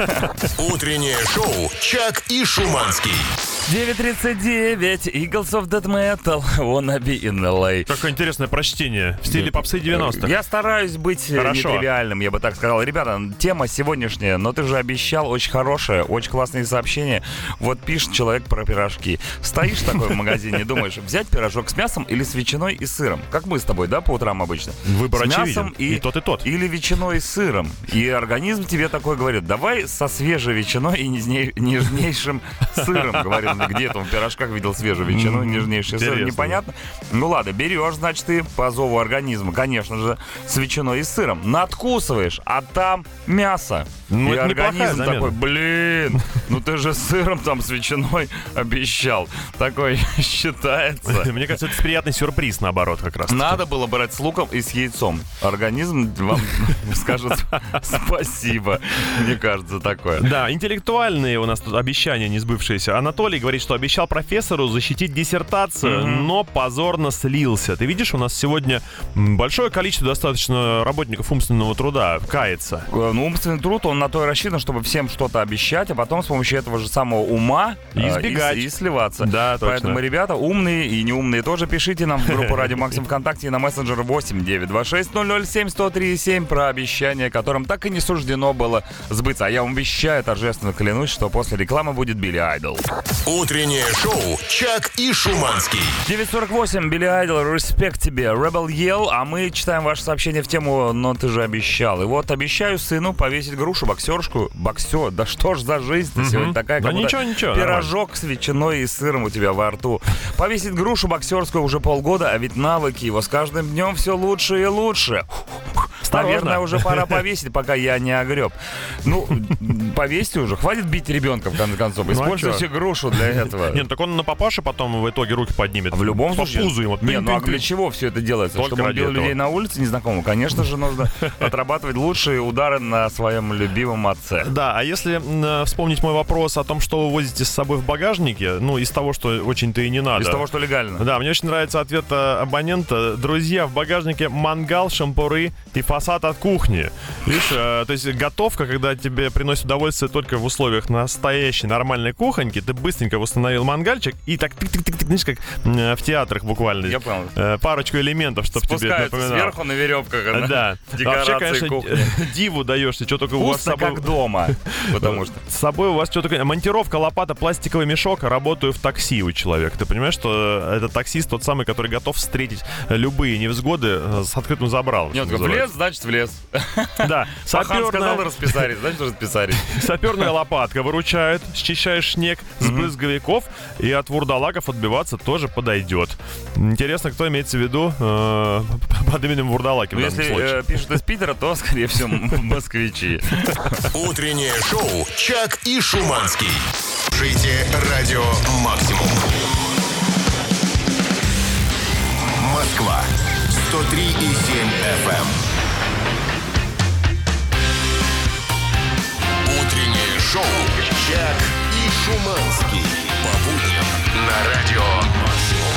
Утреннее шоу «Чак и Шуманский».
девять тридцать девять. Eagles of Death Metal. Wanna be in эл эй.
Какое интересное прочтение. В стиле попсы девяностых.
Я стараюсь быть
Хорошо.
нетривиальным, я бы так сказал. Ребята, тема сегодняшняя, но ты же обещал, очень хорошая, очень классные сообщения. Вот пишет человек про пирожки. Стоишь такой в магазине, думаешь, взять пирожок с мясом или с ветчиной и сыром? Как мы с тобой, да, по утрам обычно?
Выбор
с мясом
очевиден.
и,
И тот, и тот.
Или ветчиной и сыром. И организм тебе такой говорит, давай со свежей ветчиной и нежней- нежнейшим сыром, говорит. Где там в пирожках видел свежую ветчину, нежнейший сыр,
Интересно.
непонятно. Ну ладно, берешь, значит, ты по зову организма, конечно же, с ветчиной и сыром. Надкусываешь, а там мясо.
Ну,
и
это неплохая
организм
замена.
такой, блин, ну ты же с сыром там с ветчиной обещал. Такой считается.
Мне кажется, это приятный сюрприз, наоборот, как раз.
Надо было брать с луком и с яйцом. Организм вам скажет спасибо. Мне кажется, такое.
Да, интеллектуальные у нас тут обещания не сбывшиеся. Анатолий говорит, что обещал профессору защитить диссертацию,
Мгм.
но позорно слился. Ты видишь, у нас сегодня м, большое количество достаточно работников умственного труда кается.
Э, Ну, умственный труд, он на то и рассчитан, чтобы всем что-то обещать, а потом с помощью этого же самого ума э,
Избегать.
И, и сливаться.
Да, точно.
Поэтому, ребята, умные и неумные тоже пишите нам в группу Радио Максим ВКонтакте и на мессенджер восемь девятьсот двадцать шесть ноль ноль семь сто три семь про обещание, которым так и не суждено было сбыться. А я вам обещаю, торжественно клянусь, что после рекламы будет Билли Айдол.
Утреннее шоу «Чак и Шуманский».
девять сорок восемь, Билли Айдол, респект тебе, Rebel Yell, а мы читаем ваше сообщение в тему «Но ты же обещал». И вот обещаю сыну повесить грушу боксерскую. Боксер, да что ж за жизнь-то
Мгм.
сегодня такая,
Да
как будто
ничего, ничего,
пирожок с ветчиной и сыром у тебя во рту. Повесить грушу боксерскую уже полгода, а ведь навыки его с каждым днем все лучше и лучше.
Осторожно.
Наверное, уже пора повесить, пока я не огреб. Ну, повесьте уже, хватит бить ребенка, в конце концов.
Ну, а
Используйте
чё?
грушу для этого.
Нет, так он на папаше потом в итоге руки поднимет.
В любом
По
случае.
пузу ему.
Не, ну а
Тынь-тынь-тынь.
для чего все это делается?
Только
Чтобы он
ради
бил
этого.
людей на улице незнакомым? Конечно же, нужно отрабатывать лучшие удары на своем любимом отце.
Да, а если м, вспомнить мой вопрос о том, что вы возите с собой в багажнике, ну, из того, что очень-то и не надо.
Из того, что легально.
Да, мне очень нравится ответ э, абонента. Друзья, в багажнике мангал, шампуры и фасад от кухни. Видишь, э, то есть готовка, когда тебе приносит удовольствие только в условиях настоящей нормальной кухоньки, ты быстренько установил мангальчик и так тык-тык-тык, знаешь, как м, в театрах буквально.
Я понял.
Э, парочку элементов, чтобы тебе
Спускаются
напоминало.
сверху на веревках. на
Да.
Декорации
Вообще, конечно,
кухни.
диву даешься, что только у вас с
Вкусно,
собой...
как дома. Потому что...
С собой у вас что такое? Монтировка, лопата, пластиковый мешок. Работаю в такси у человека. Ты понимаешь, что этот таксист тот самый, который готов встретить любые невзгоды э, с открытым забралом.
Нет,
что
в
называется.
лес, значит, в лес.
Да.
Пахан сказал
Саперная,
расписарить, значит, расписарить.
саперная лопатка выручает. Счищаешь снег с брызговиков. И от вурдалаков отбиваться тоже подойдет. Интересно, кто имеется в виду э, под именем вурдалаки в
Ну,
данном
если
случае.
э, пишут из Питера, то, скорее всего, москвичи.
Утреннее шоу «Чак и Шуманский». Слушайте радио «Максимум». Москва сто три и семь эф эм. Утреннее шоу «Чак и Шуманский». По будням на радио «Максимум».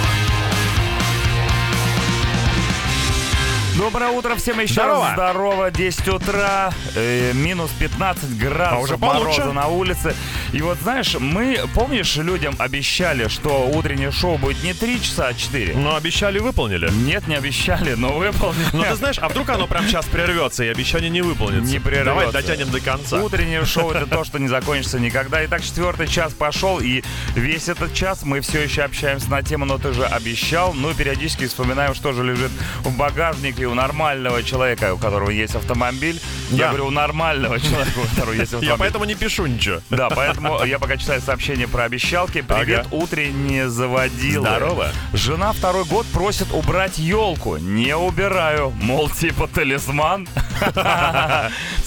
Доброе утро всем еще
Здорово.
раз. Здорово. десять утра, э, минус пятнадцать градусов
А уже
мороза
получше?
на улице. И вот знаешь, мы, помнишь, людям обещали, что утреннее шоу будет не три часа, а четыре?
Но обещали, выполнили.
Нет, не обещали, но выполнили.
Ну ты знаешь, а вдруг оно прям сейчас прервется и обещание не выполнится?
Не прервется.
Давай дотянем до конца.
Утреннее шоу — это то, что не закончится никогда. Итак, четвертый час пошел, и весь этот час мы все еще общаемся на тему «Но ты же обещал». Ну, периодически вспоминаем, что же лежит в багажнике у нормального человека, у которого есть автомобиль. Я
Да.
говорю, у нормального человека, у которого есть автомобиль.
Я поэтому не пишу ничего.
Да, поэтому я пока читаю сообщение про обещалки. Привет,
Ага.
утренние заводилы.
Здорово.
Жена второй год просит убрать елку. Не убираю. Мол, типа талисман.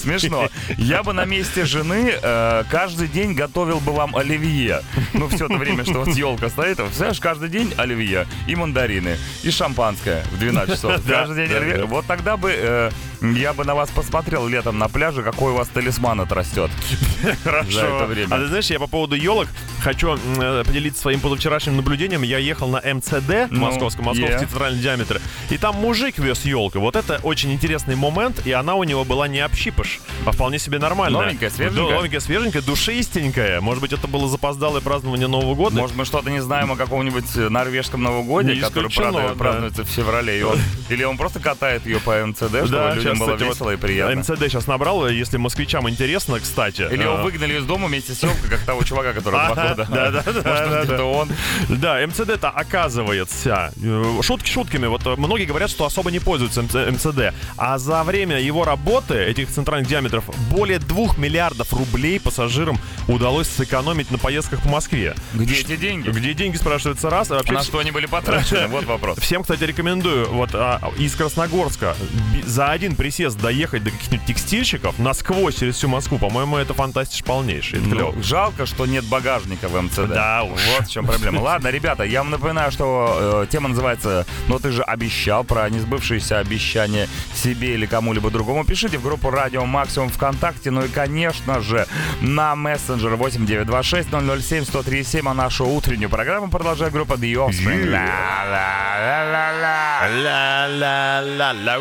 Смешно. Я бы на месте жены э, каждый день готовил бы вам оливье. Ну, все это время, что вот елка стоит, знаешь, каждый день оливье и мандарины, и шампанское в двенадцать часов. Каждый день оливье. Вот тогда бы э, я бы на вас посмотрел летом на пляже, какой у вас талисман отрастет.
Хорошо.
За это время.
А ты знаешь, я по поводу елок хочу э, поделиться своим позавчерашним наблюдением. Я ехал на эм цэ дэ,
Ну,
московском, московский
yeah.
центральный диаметр, и там мужик вез елку. Вот это очень интересный момент, и она у него была не общипыш, а вполне себе нормальная.
Новенькая, свеженькая?
Да, новенькая, свеженькая, душистенькая. Может быть, это было запоздалое празднование Нового года?
Может, мы что-то не знаем о каком-нибудь норвежском новогодии,
Не
который
исключено,
правда,
да.
празднуется в феврале. И он, или он просто катает ее по эм цэ дэ, чтобы
Да,
людям
сейчас,
было
кстати,
весело
вот
и приятно.
эм цэ дэ сейчас набрал, если москвичам интересно, кстати.
Или его
э,
выгнали из дома вместе с елкой, как того чувака, который два года.
Да, да, да,
Может,
да,
это
да.
он.
Да, эм цэ дэ-то оказывается, э, шутки шутками, вот э, многие говорят, что особо не пользуются эм цэ дэ, а за время его работы, этих центральных диаметров, более двух миллиардов рублей пассажирам удалось сэкономить на поездках по Москве.
Где эти деньги?
Где деньги, спрашивается, раз, а вообще...
На что они были потрачены? Вот вопрос.
Всем, кстати, рекомендую вот а, из Красногорска би- за один присест доехать до каких-нибудь текстильщиков насквозь через всю Москву. По-моему, это фантастиш полнейший. Это клево.
Ну, жалко, что нет багажника в эм цэ дэ.
Да уж.
Вот в чем проблема. Ладно, ребята, я вам напоминаю, что э, тема называется «Но ты же обещал», про несбывшиеся обещания себе или кому-либо другому. Пишите в группу Радио Максимум ВКонтакте. Ну и, конечно же, на мессенджер восемь девятьсот двадцать шесть ноль ноль семь сто три семь, а нашу утреннюю программу продолжает группа The Offspring. Ла-ла-ла-ла-ла.
Ла-ла-ла-ла.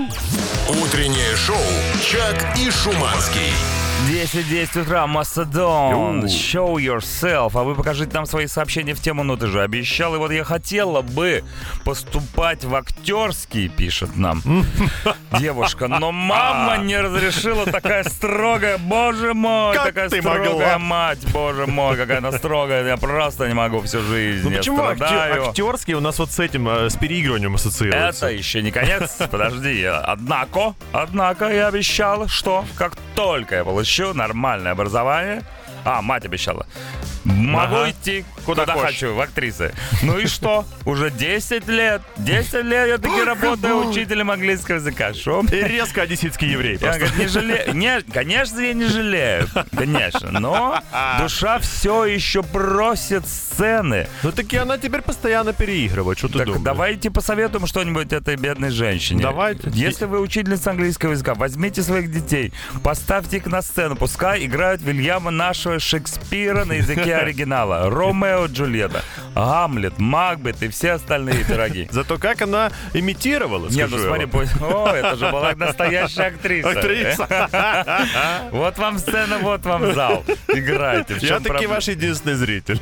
Утреннее шоу «Чак и Шуманский».
десять десять утра, Mastodon,
Йоу.
show yourself. А вы покажите нам свои сообщения в тему «Ну ты же обещал». И вот я хотела бы поступать в актерский, пишет нам девушка. Но мама не разрешила, такая строгая. Боже мой,
Как
такая
ты
строгая
могла?
мать. Боже мой, какая она строгая. Я просто не могу всю жизнь.
Ну
Я
почему акте-
страдаю.
актерский у нас вот с этим, э, с переигрыванием ассоциируется?
Это еще не конец. Подожди. Однако, однако я обещал, что как только я получу нормальное образование... А, мать обещала. Могу
Ага.
идти куда,
Куда хочешь.
хочу, в актрисы. Ну и что? Уже десять лет. десять лет я таки работаю учителем английского языка. Шо?
И резко одессейтский еврей
Я,
просто.
говорит, не жалею. Не, конечно, я не жалею. Конечно. Но душа все еще просит сцены.
Ну таки она теперь постоянно переигрывает, что ты
Так
думаешь?
давайте посоветуем что-нибудь этой бедной женщине.
Давайте.
Если вы учительница английского языка, возьмите своих детей, поставьте их на сцену, пускай играют Вильяма нашего Шекспира на языке оригинала. Ромео и Джульетта, Гамлет, Макбет и все остальные пироги.
Зато как она имитировала,
Не,
скажу
ну
я
смотри,
вам.
пусть- о, это же была настоящая актриса.
Актриса.
Вот вам сцена, вот вам зал. Играйте. В
Я
чем
таки
проблема?
ваш единственный зритель.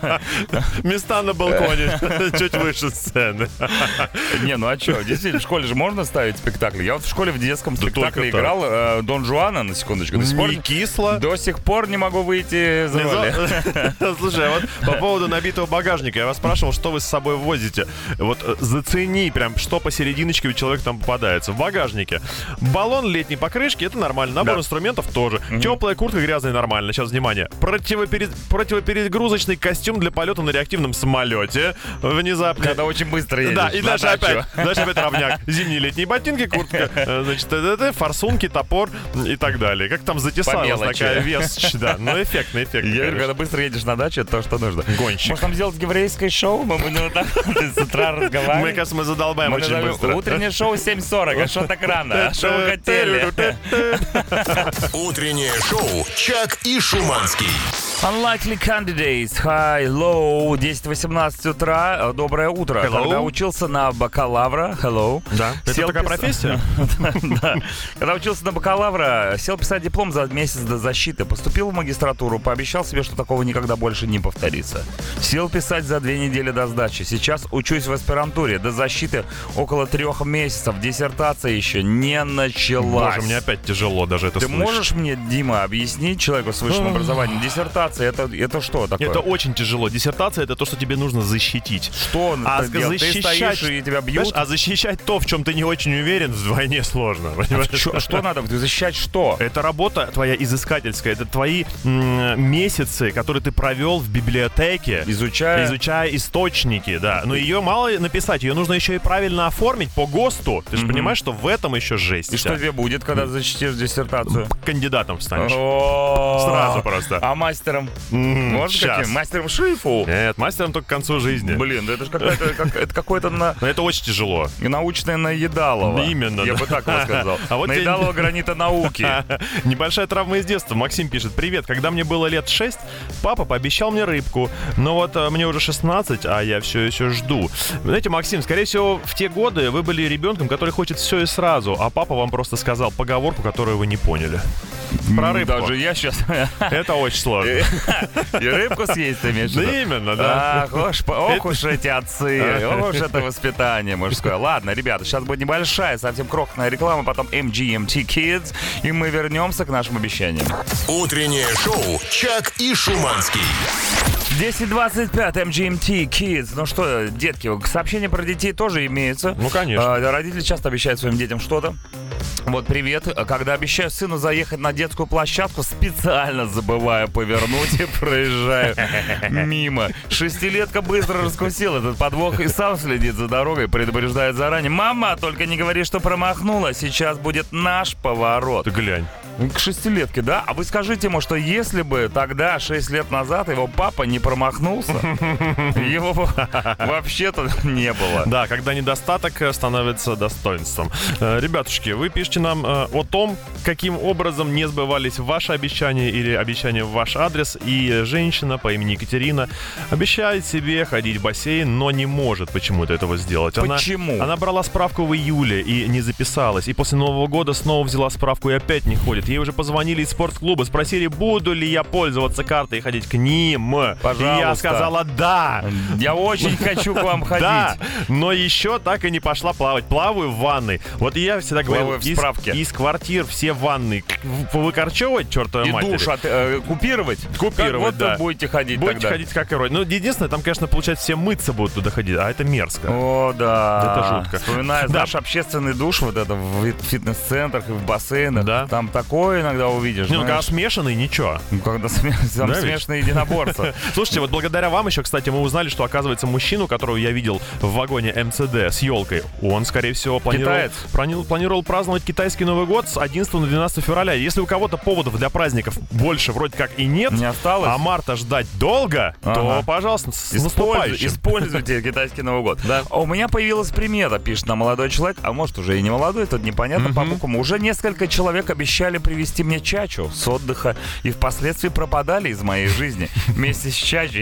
Места на балконе, чуть выше сцены.
Не, ну а что, действительно, в школе же можно ставить спектакли. Я вот в школе в детском
Да
спектакле
только так.
играл э, Дон Жуана, на секундочку. До сих пор
Не кисло.
До сих пор не могу выйти из
Не
роли.
за- Слушай, а вот по поводу набитого багажника, я вас спрашивал, что вы с собой возите. Вот э, зацени прям, что посерединочке у человека там попадается. В багажнике баллон летней покрышки, это нормально. Набор
Да.
инструментов тоже. Теплая куртка, грязная, нормально. Сейчас, внимание. Противоперед... Противоперегрузочный костюм для полета на реактивном самолете. Внезапно.
Когда очень быстро едешь
Да, и
на
дальше
дачу.
опять, дальше опять равняк. Зимние летние ботинки, куртка, э, значит, т-т-т, форсунки, топор и так далее. Как там затесалась
мелочи.
такая весочь, да. Ну, эффектно, эффектно.
Я говорю,
конечно.
когда быстро едешь на дачу, это то, что нужно.
Гонщик.
Может, нам сделать еврейское шоу? Мы будем вот так вот с утра
Мне
разговаривать.
кажется, мы задолбаем
Мы
очень
назовем
быстро.
утреннее шоу семь сорок. А что так рано? А что вы хотели?
Утреннее шоу «Чак и Шуманский».
Unlikely Candidates. Hi, low. десять восемнадцать утра. Доброе утро.
Hello.
Когда учился на бакалавра. Hello.
Да. Это
Сел
такая
пис-
профессия?
Да. Когда учился на бакалавра, сел писать диплом за месяц до защиты. Поступил в магистратуру, пообещал себе, что такого никогда больше не повторится. Сел писать за две недели до сдачи. Сейчас учусь в аспирантуре. До защиты около трех месяцев. Диссертация еще не началась.
Боже, мне опять тяжело даже это
Ты
слышать.
можешь мне, Дима, объяснить человеку с высшим образованием? Диссертация диссертация, это, это что такое?
Это очень тяжело. Диссертация — это то, что тебе нужно защитить.
Что
а
ты делаешь? Ты стоишь, и тебя бьют?
Знаешь, а защищать то, в чем ты не очень уверен, вдвойне сложно.
А что, что надо? Защищать что?
Это работа твоя изыскательская. Это твои м- месяцы, которые ты провел в библиотеке.
Изучая?
Изучая источники, да. Но ее мало написать, ее нужно еще и правильно оформить по ГОСТу. Ты же mm-hmm. понимаешь, что в этом еще жесть.
И что тебе будет, когда защитишь диссертацию?
Кандидатом станешь.
О-о-о.
Сразу просто.
А мастером?
Mm-hmm.
Может, каким? Мастером шрифу?
Нет, мастером только к концу жизни.
Блин, да это же какое-то, как, это какое-то на...
Но это очень тяжело.
Научное наедалово.
Именно,
Я
да.
бы так его сказал.
А вот
наедалово тебе... гранита науки.
Небольшая травма из детства. Максим пишет: привет, когда мне было лет шесть, папа пообещал мне рыбку. Но вот а, мне уже шестнадцать, а я все еще жду. Знаете, Максим, скорее всего, в те годы вы были ребенком, который хочет все и сразу, а папа вам просто сказал поговорку, которую вы не поняли. Про рыбку.
Даже я сейчас...
Это очень сложно.
И рыбку съесть ты имеешь в виду?
Да именно, да.
Ах, ох, ох уж эти отцы, ох уж это воспитание мужское. Ладно, ребята, сейчас будет небольшая, совсем крохотная реклама, потом эм джи эм ти Kids, и мы вернемся к нашим обещаниям.
Утреннее шоу «Чак и Шуманский».
десять двадцать пять, эм джи эм ти Kids. Ну что, детки, сообщения про детей тоже имеются.
Ну, конечно.
А, родители часто обещают своим детям что-то. Вот, привет. Когда обещаю сыну заехать на детскую площадку, специально забываю повернуть и проезжаю мимо. Шестилетка быстро раскусил этот подвох и сам следит за дорогой, предупреждает заранее. Мама, только не говори, что промахнула. Сейчас будет наш поворот.
Ты глянь.
К шестилетке, да? А вы скажите ему, что если бы тогда, шесть лет назад, его папа не промахнулся, его вообще-то не было.
Да, когда недостаток становится достоинством. Ребятушки, вы пишите нам о том, каким образом не сбывались ваши обещания или обещания в ваш адрес. И женщина по имени Екатерина обещает себе ходить в бассейн, но не может почему-то этого сделать.
Почему?
Она, она брала справку в июле и не записалась. И после Нового года снова взяла справку и опять не ходит. Ей уже позвонили из спортклуба, спросили, буду ли я пользоваться картой и ходить к ним.
Пожалуйста.
И я сказала да.
Я очень хочу к вам ходить.
Да, но еще так и не пошла плавать. Плаваю в ванной. Вот я всегда говорил,
в
из,
справке.
из квартир все ванны выкорчевывать, чертова
и
мать.
И душ от, э, купировать?
Купировать,
как, вот
да.
вы будете ходить
Будете
тогда.
ходить как и рой. Ну, единственное, там, конечно, получается, все мыться будут туда ходить, а это мерзко.
О, да.
Это жутко.
Вспоминаю
да.
наш общественный душ, вот это в фитнес-центрах и в бассейнах.
Да.
Там такое иногда увидишь.
Не, ну, когда
знаешь.
смешанный, ничего.
Ну, когда сме... там
Да,
смешанные единоборства.
Слушайте, вот благодаря вам еще, кстати, мы узнали, что, оказывается, мужчину, которого я видел в вагоне эм цэ дэ с елкой, он, скорее всего, планировал, плани... планировал праздновать китайский Новый год с одиннадцатого на двенадцатое февраля. Если у кого-то поводов для праздников больше вроде как и нет,
не осталось,
а марта ждать долго, ага. то, пожалуйста, с
Используй,
наступающим.
Используйте китайский Новый год. Да. А у меня появилась примета, пишет нам молодой человек, а может уже и не молодой, тут непонятно mm-hmm. по буквам. Уже несколько человек обещали привезти мне чачу с отдыха и впоследствии пропадали из моей жизни вместе с чачей,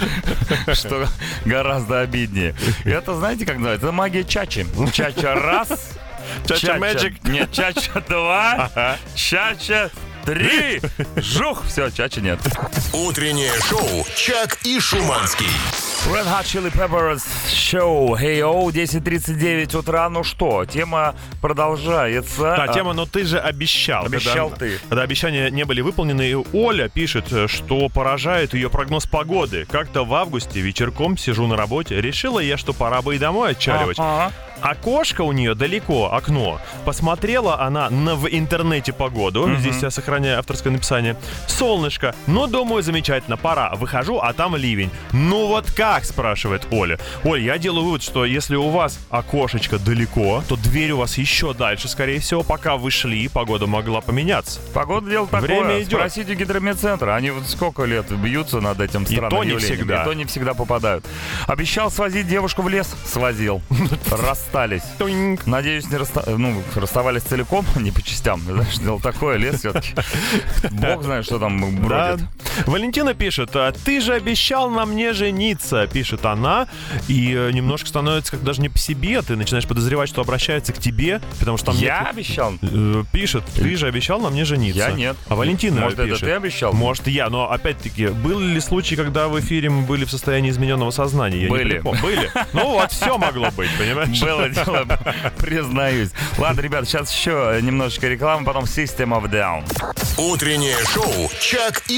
что гораздо обиднее. Это знаете, как называется? Это магия чачи. Чача раз,
чача мэджик.
Нет, чача два, чача три. Жух, все, чачи нет.
Утреннее шоу «Чак и Шуманский».
Red Hot Chili Peppers Show. Hey-O, десять тридцать девять утра. Ну что, тема продолжается.
Да, тема, но ты же обещал.
Обещал
когда,
ты.
Когда обещания не были выполнены, и Оля пишет, что поражает ее прогноз погоды. Как-то в августе вечерком сижу на работе, решила я, что пора бы и домой отчаливать.
Ага.
Окошко у нее далеко, окно. Посмотрела она на в интернете погоду. Mm-hmm. Здесь я сохраняю авторское написание. Солнышко. Ну, думаю, замечательно, пора. Выхожу, а там ливень. Ну вот как, спрашивает Оля. Оль, я делаю вывод, что если у вас окошечко далеко, то дверь у вас еще дальше, скорее всего. Пока вы шли, погода могла поменяться.
Погода дело такое.
Время идет.
Спросите гидрометцентра. Они вот сколько лет бьются над этим странным
и то не
явлением.
всегда.
И то не всегда попадают. Обещал свозить девушку в лес. Свозил. Расстались. Надеюсь, не расста... ну, расставались целиком, не по частям. Знаешь, дело такое, лес все-таки. Бог знает, что там бродит.
Да. Валентина пишет, а ты же обещал на мне жениться, пишет она. И немножко становится как даже не по себе. Ты начинаешь подозревать, что обращается к тебе, потому что там
Я
нет...
обещал?
Пишет, ты же обещал на мне жениться.
Я нет.
А Валентина
Может,
пишет.
это ты обещал?
Может, я. Но, опять-таки, были ли случаи, когда в эфире мы были в состоянии измененного сознания? Я
были.
Не Были. Ну вот, все могло быть, понимаешь?
Было дело, признаюсь. Ладно, ребят, сейчас еще немножечко рекламы, потом System of Down.
Утреннее шоу «Чак и Шуманский».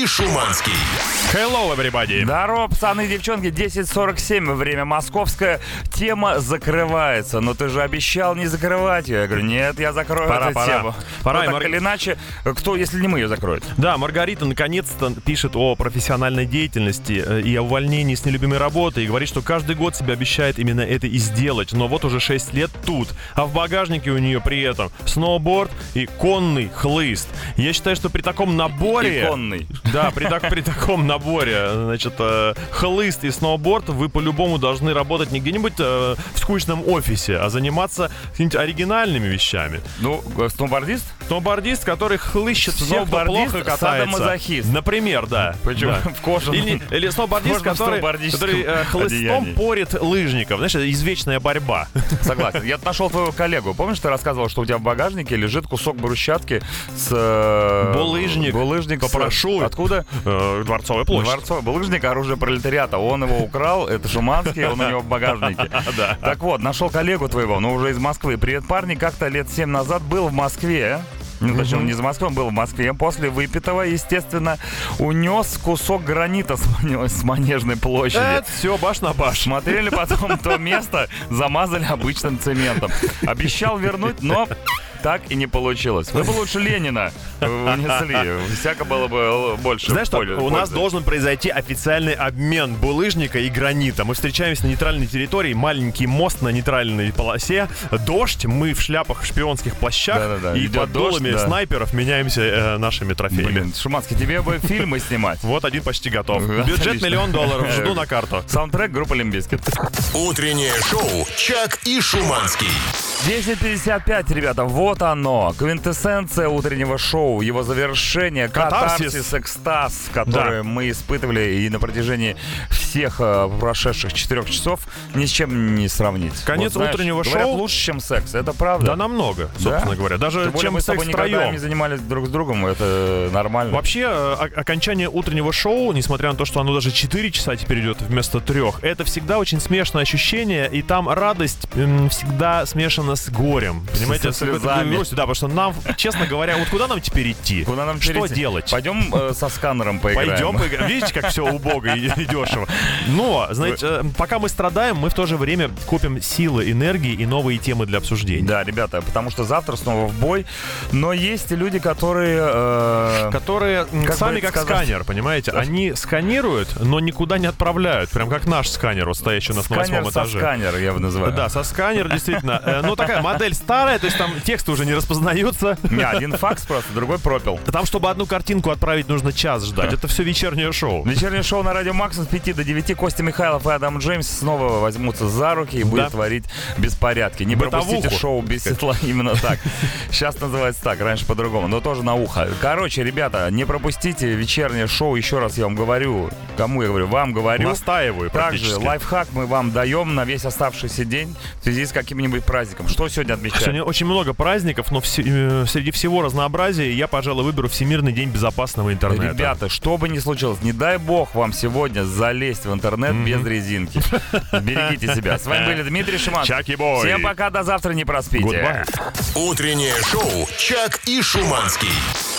Шуманский.
Hello, everybody.
Здорово, пацаны и девчонки, десять сорок семь, время московское. Тема закрывается, но ты же обещал не закрывать ее. Я говорю, нет, я закрою
Пора,
эту
пора.
тему.
Пора,
Ну,
и
так
Мар-
или иначе, кто, если не мы, ее закроет?
Да, Маргарита наконец-то пишет о профессиональной деятельности э, и о увольнении с нелюбимой работы. И говорит, что каждый год себе обещает именно это и сделать. Но вот уже шесть лет тут. А в багажнике у нее при этом сноуборд и конный хлыст. Я считаю, что при таком наборе...
И конный.
Да, при, так, при таком наборе, значит, э, хлыст и сноуборд вы по-любому должны работать не где-нибудь э, в скучном офисе, а заниматься какими-нибудь оригинальными вещами.
Ну, сноубордист?
Сноубордист, который хлыщет всех, кто
Сноубордист,
плохо катается.
садомазохист.
Например, да.
Почему?
Да.
В кожаном.
Или, или сноубордист,
Кожаном
который,
сноубордическом
который э, хлыстом
одеянии.
порит лыжников. Знаешь, это извечная борьба.
Согласен. Я нашел твоего коллегу. Помнишь, ты рассказывал, что у тебя в багажнике лежит кусок брусчатки с... э,
Булыжник.
Булыжник. с-
Попрошу.
Откуда?
Э, Дворцовая площадь.
Дворцовый булыжник, оружие пролетариата. Он его украл, это Шуманский, он у него в багажнике.
Да.
Так вот, нашел коллегу твоего, но уже из Москвы. Привет, парни, как-то лет семь назад был в Москве. Ну, точнее, он не из Москвы, он был в Москве. После выпитого, естественно, унес кусок гранита с мане- с Манежной площади.
Это все баш на баш.
Смотрели потом то место, замазали обычным цементом. Обещал вернуть, но так и не получилось. Вы бы лучше Ленина унесли. Всяко было бы больше.
Знаешь что,
пользы.
у нас должен произойти официальный обмен булыжника и гранита. Мы встречаемся на нейтральной территории, маленький мост на нейтральной полосе, дождь, мы в шляпах, в шпионских плащах
Да-да-да,
и
идет
под дулами
дождь, да.
снайперов меняемся э, нашими трофеями.
Блин, Шуманский, тебе бы фильмы снимать.
Вот один почти готов.
Отлично.
Бюджет миллион долларов, жду на карту.
Саундтрек группы Лимбискет.
Утреннее шоу «Чак и Шуманский».
десять пятьдесят пять, ребята, вот оно. Квинтэссенция утреннего шоу, его завершение,
Катарсис.
катарсис, экстаз, который мы испытывали и на протяжении всех э, прошедших четырех часов ни с чем не сравнить.
Конец
Вот, знаешь,
утреннего
говорят,
шоу.
лучше, чем секс, это правда.
Да намного, собственно
Да?
говоря. Даже
Тем более
чем
мы с
секс
тобой никогда
втроем.
не занимались друг с другом, это нормально.
Вообще, э, о- окончание утреннего шоу, несмотря на то, что оно даже четыре часа теперь идет вместо трех, это всегда очень смешное ощущение, и там радость м, всегда смешана с горем. Понимаете,
Со
с какой-то
слезами.
грустью. Да, потому что нам, честно говоря, вот куда нам теперь идти?
Куда нам
Что
теперь идти?
делать?
Пойдем э, со сканером поиграем.
Пойдем поиграем. Видите, как все убого и, и дешево. Но, знаете, э, пока мы страдаем, мы в то же время копим силы, энергии и новые темы для обсуждения.
Да, ребята, потому что завтра снова в бой. Но есть и люди, которые... э,
Которые м,
Как
сами
бы это
как
сказать?
сканер, понимаете? Они сканируют, но никуда не отправляют. Прям как наш сканер, вот стоящий у нас на
сканер
восьмом
со
этаже.
сканер, я его называю.
Да, со сканер, действительно. Э, Ну, такая модель старая, то есть там тексты уже не распознаются.
Не, один факс просто, другой пропил.
Там, чтобы одну картинку отправить, нужно час ждать. Это все вечернее шоу.
Вечернее шоу на Радио Макс с пяти до девяти. Костя Михайлов и Адам Джеймс снова возьмутся за руки и будут
Да.
творить беспорядки. Не
Бытовуху.
пропустите шоу без светла, именно так. Сейчас называется так, раньше по-другому, но тоже на ухо. Короче, ребята, не пропустите вечернее шоу, еще раз я вам говорю. Кому я говорю? Вам говорю.
Настаиваю
Также
практически.
лайфхак мы вам даем на весь оставшийся день в связи с каким-нибудь праздником. Что сегодня отмечаем?
Сегодня очень много праздников, но все- э, среди всего разнообразия я, пожалуй, выберу Всемирный день безопасного интернета.
Ребята, что бы ни случилось, не дай бог вам сегодня залезть в интернет без резинки. Берегите себя. С вами были Дмитрий Шиманский.
Чаки-бой.
Всем пока, до завтра, не проспите.
Goodbye.
Утреннее шоу «Чак и Шуманский».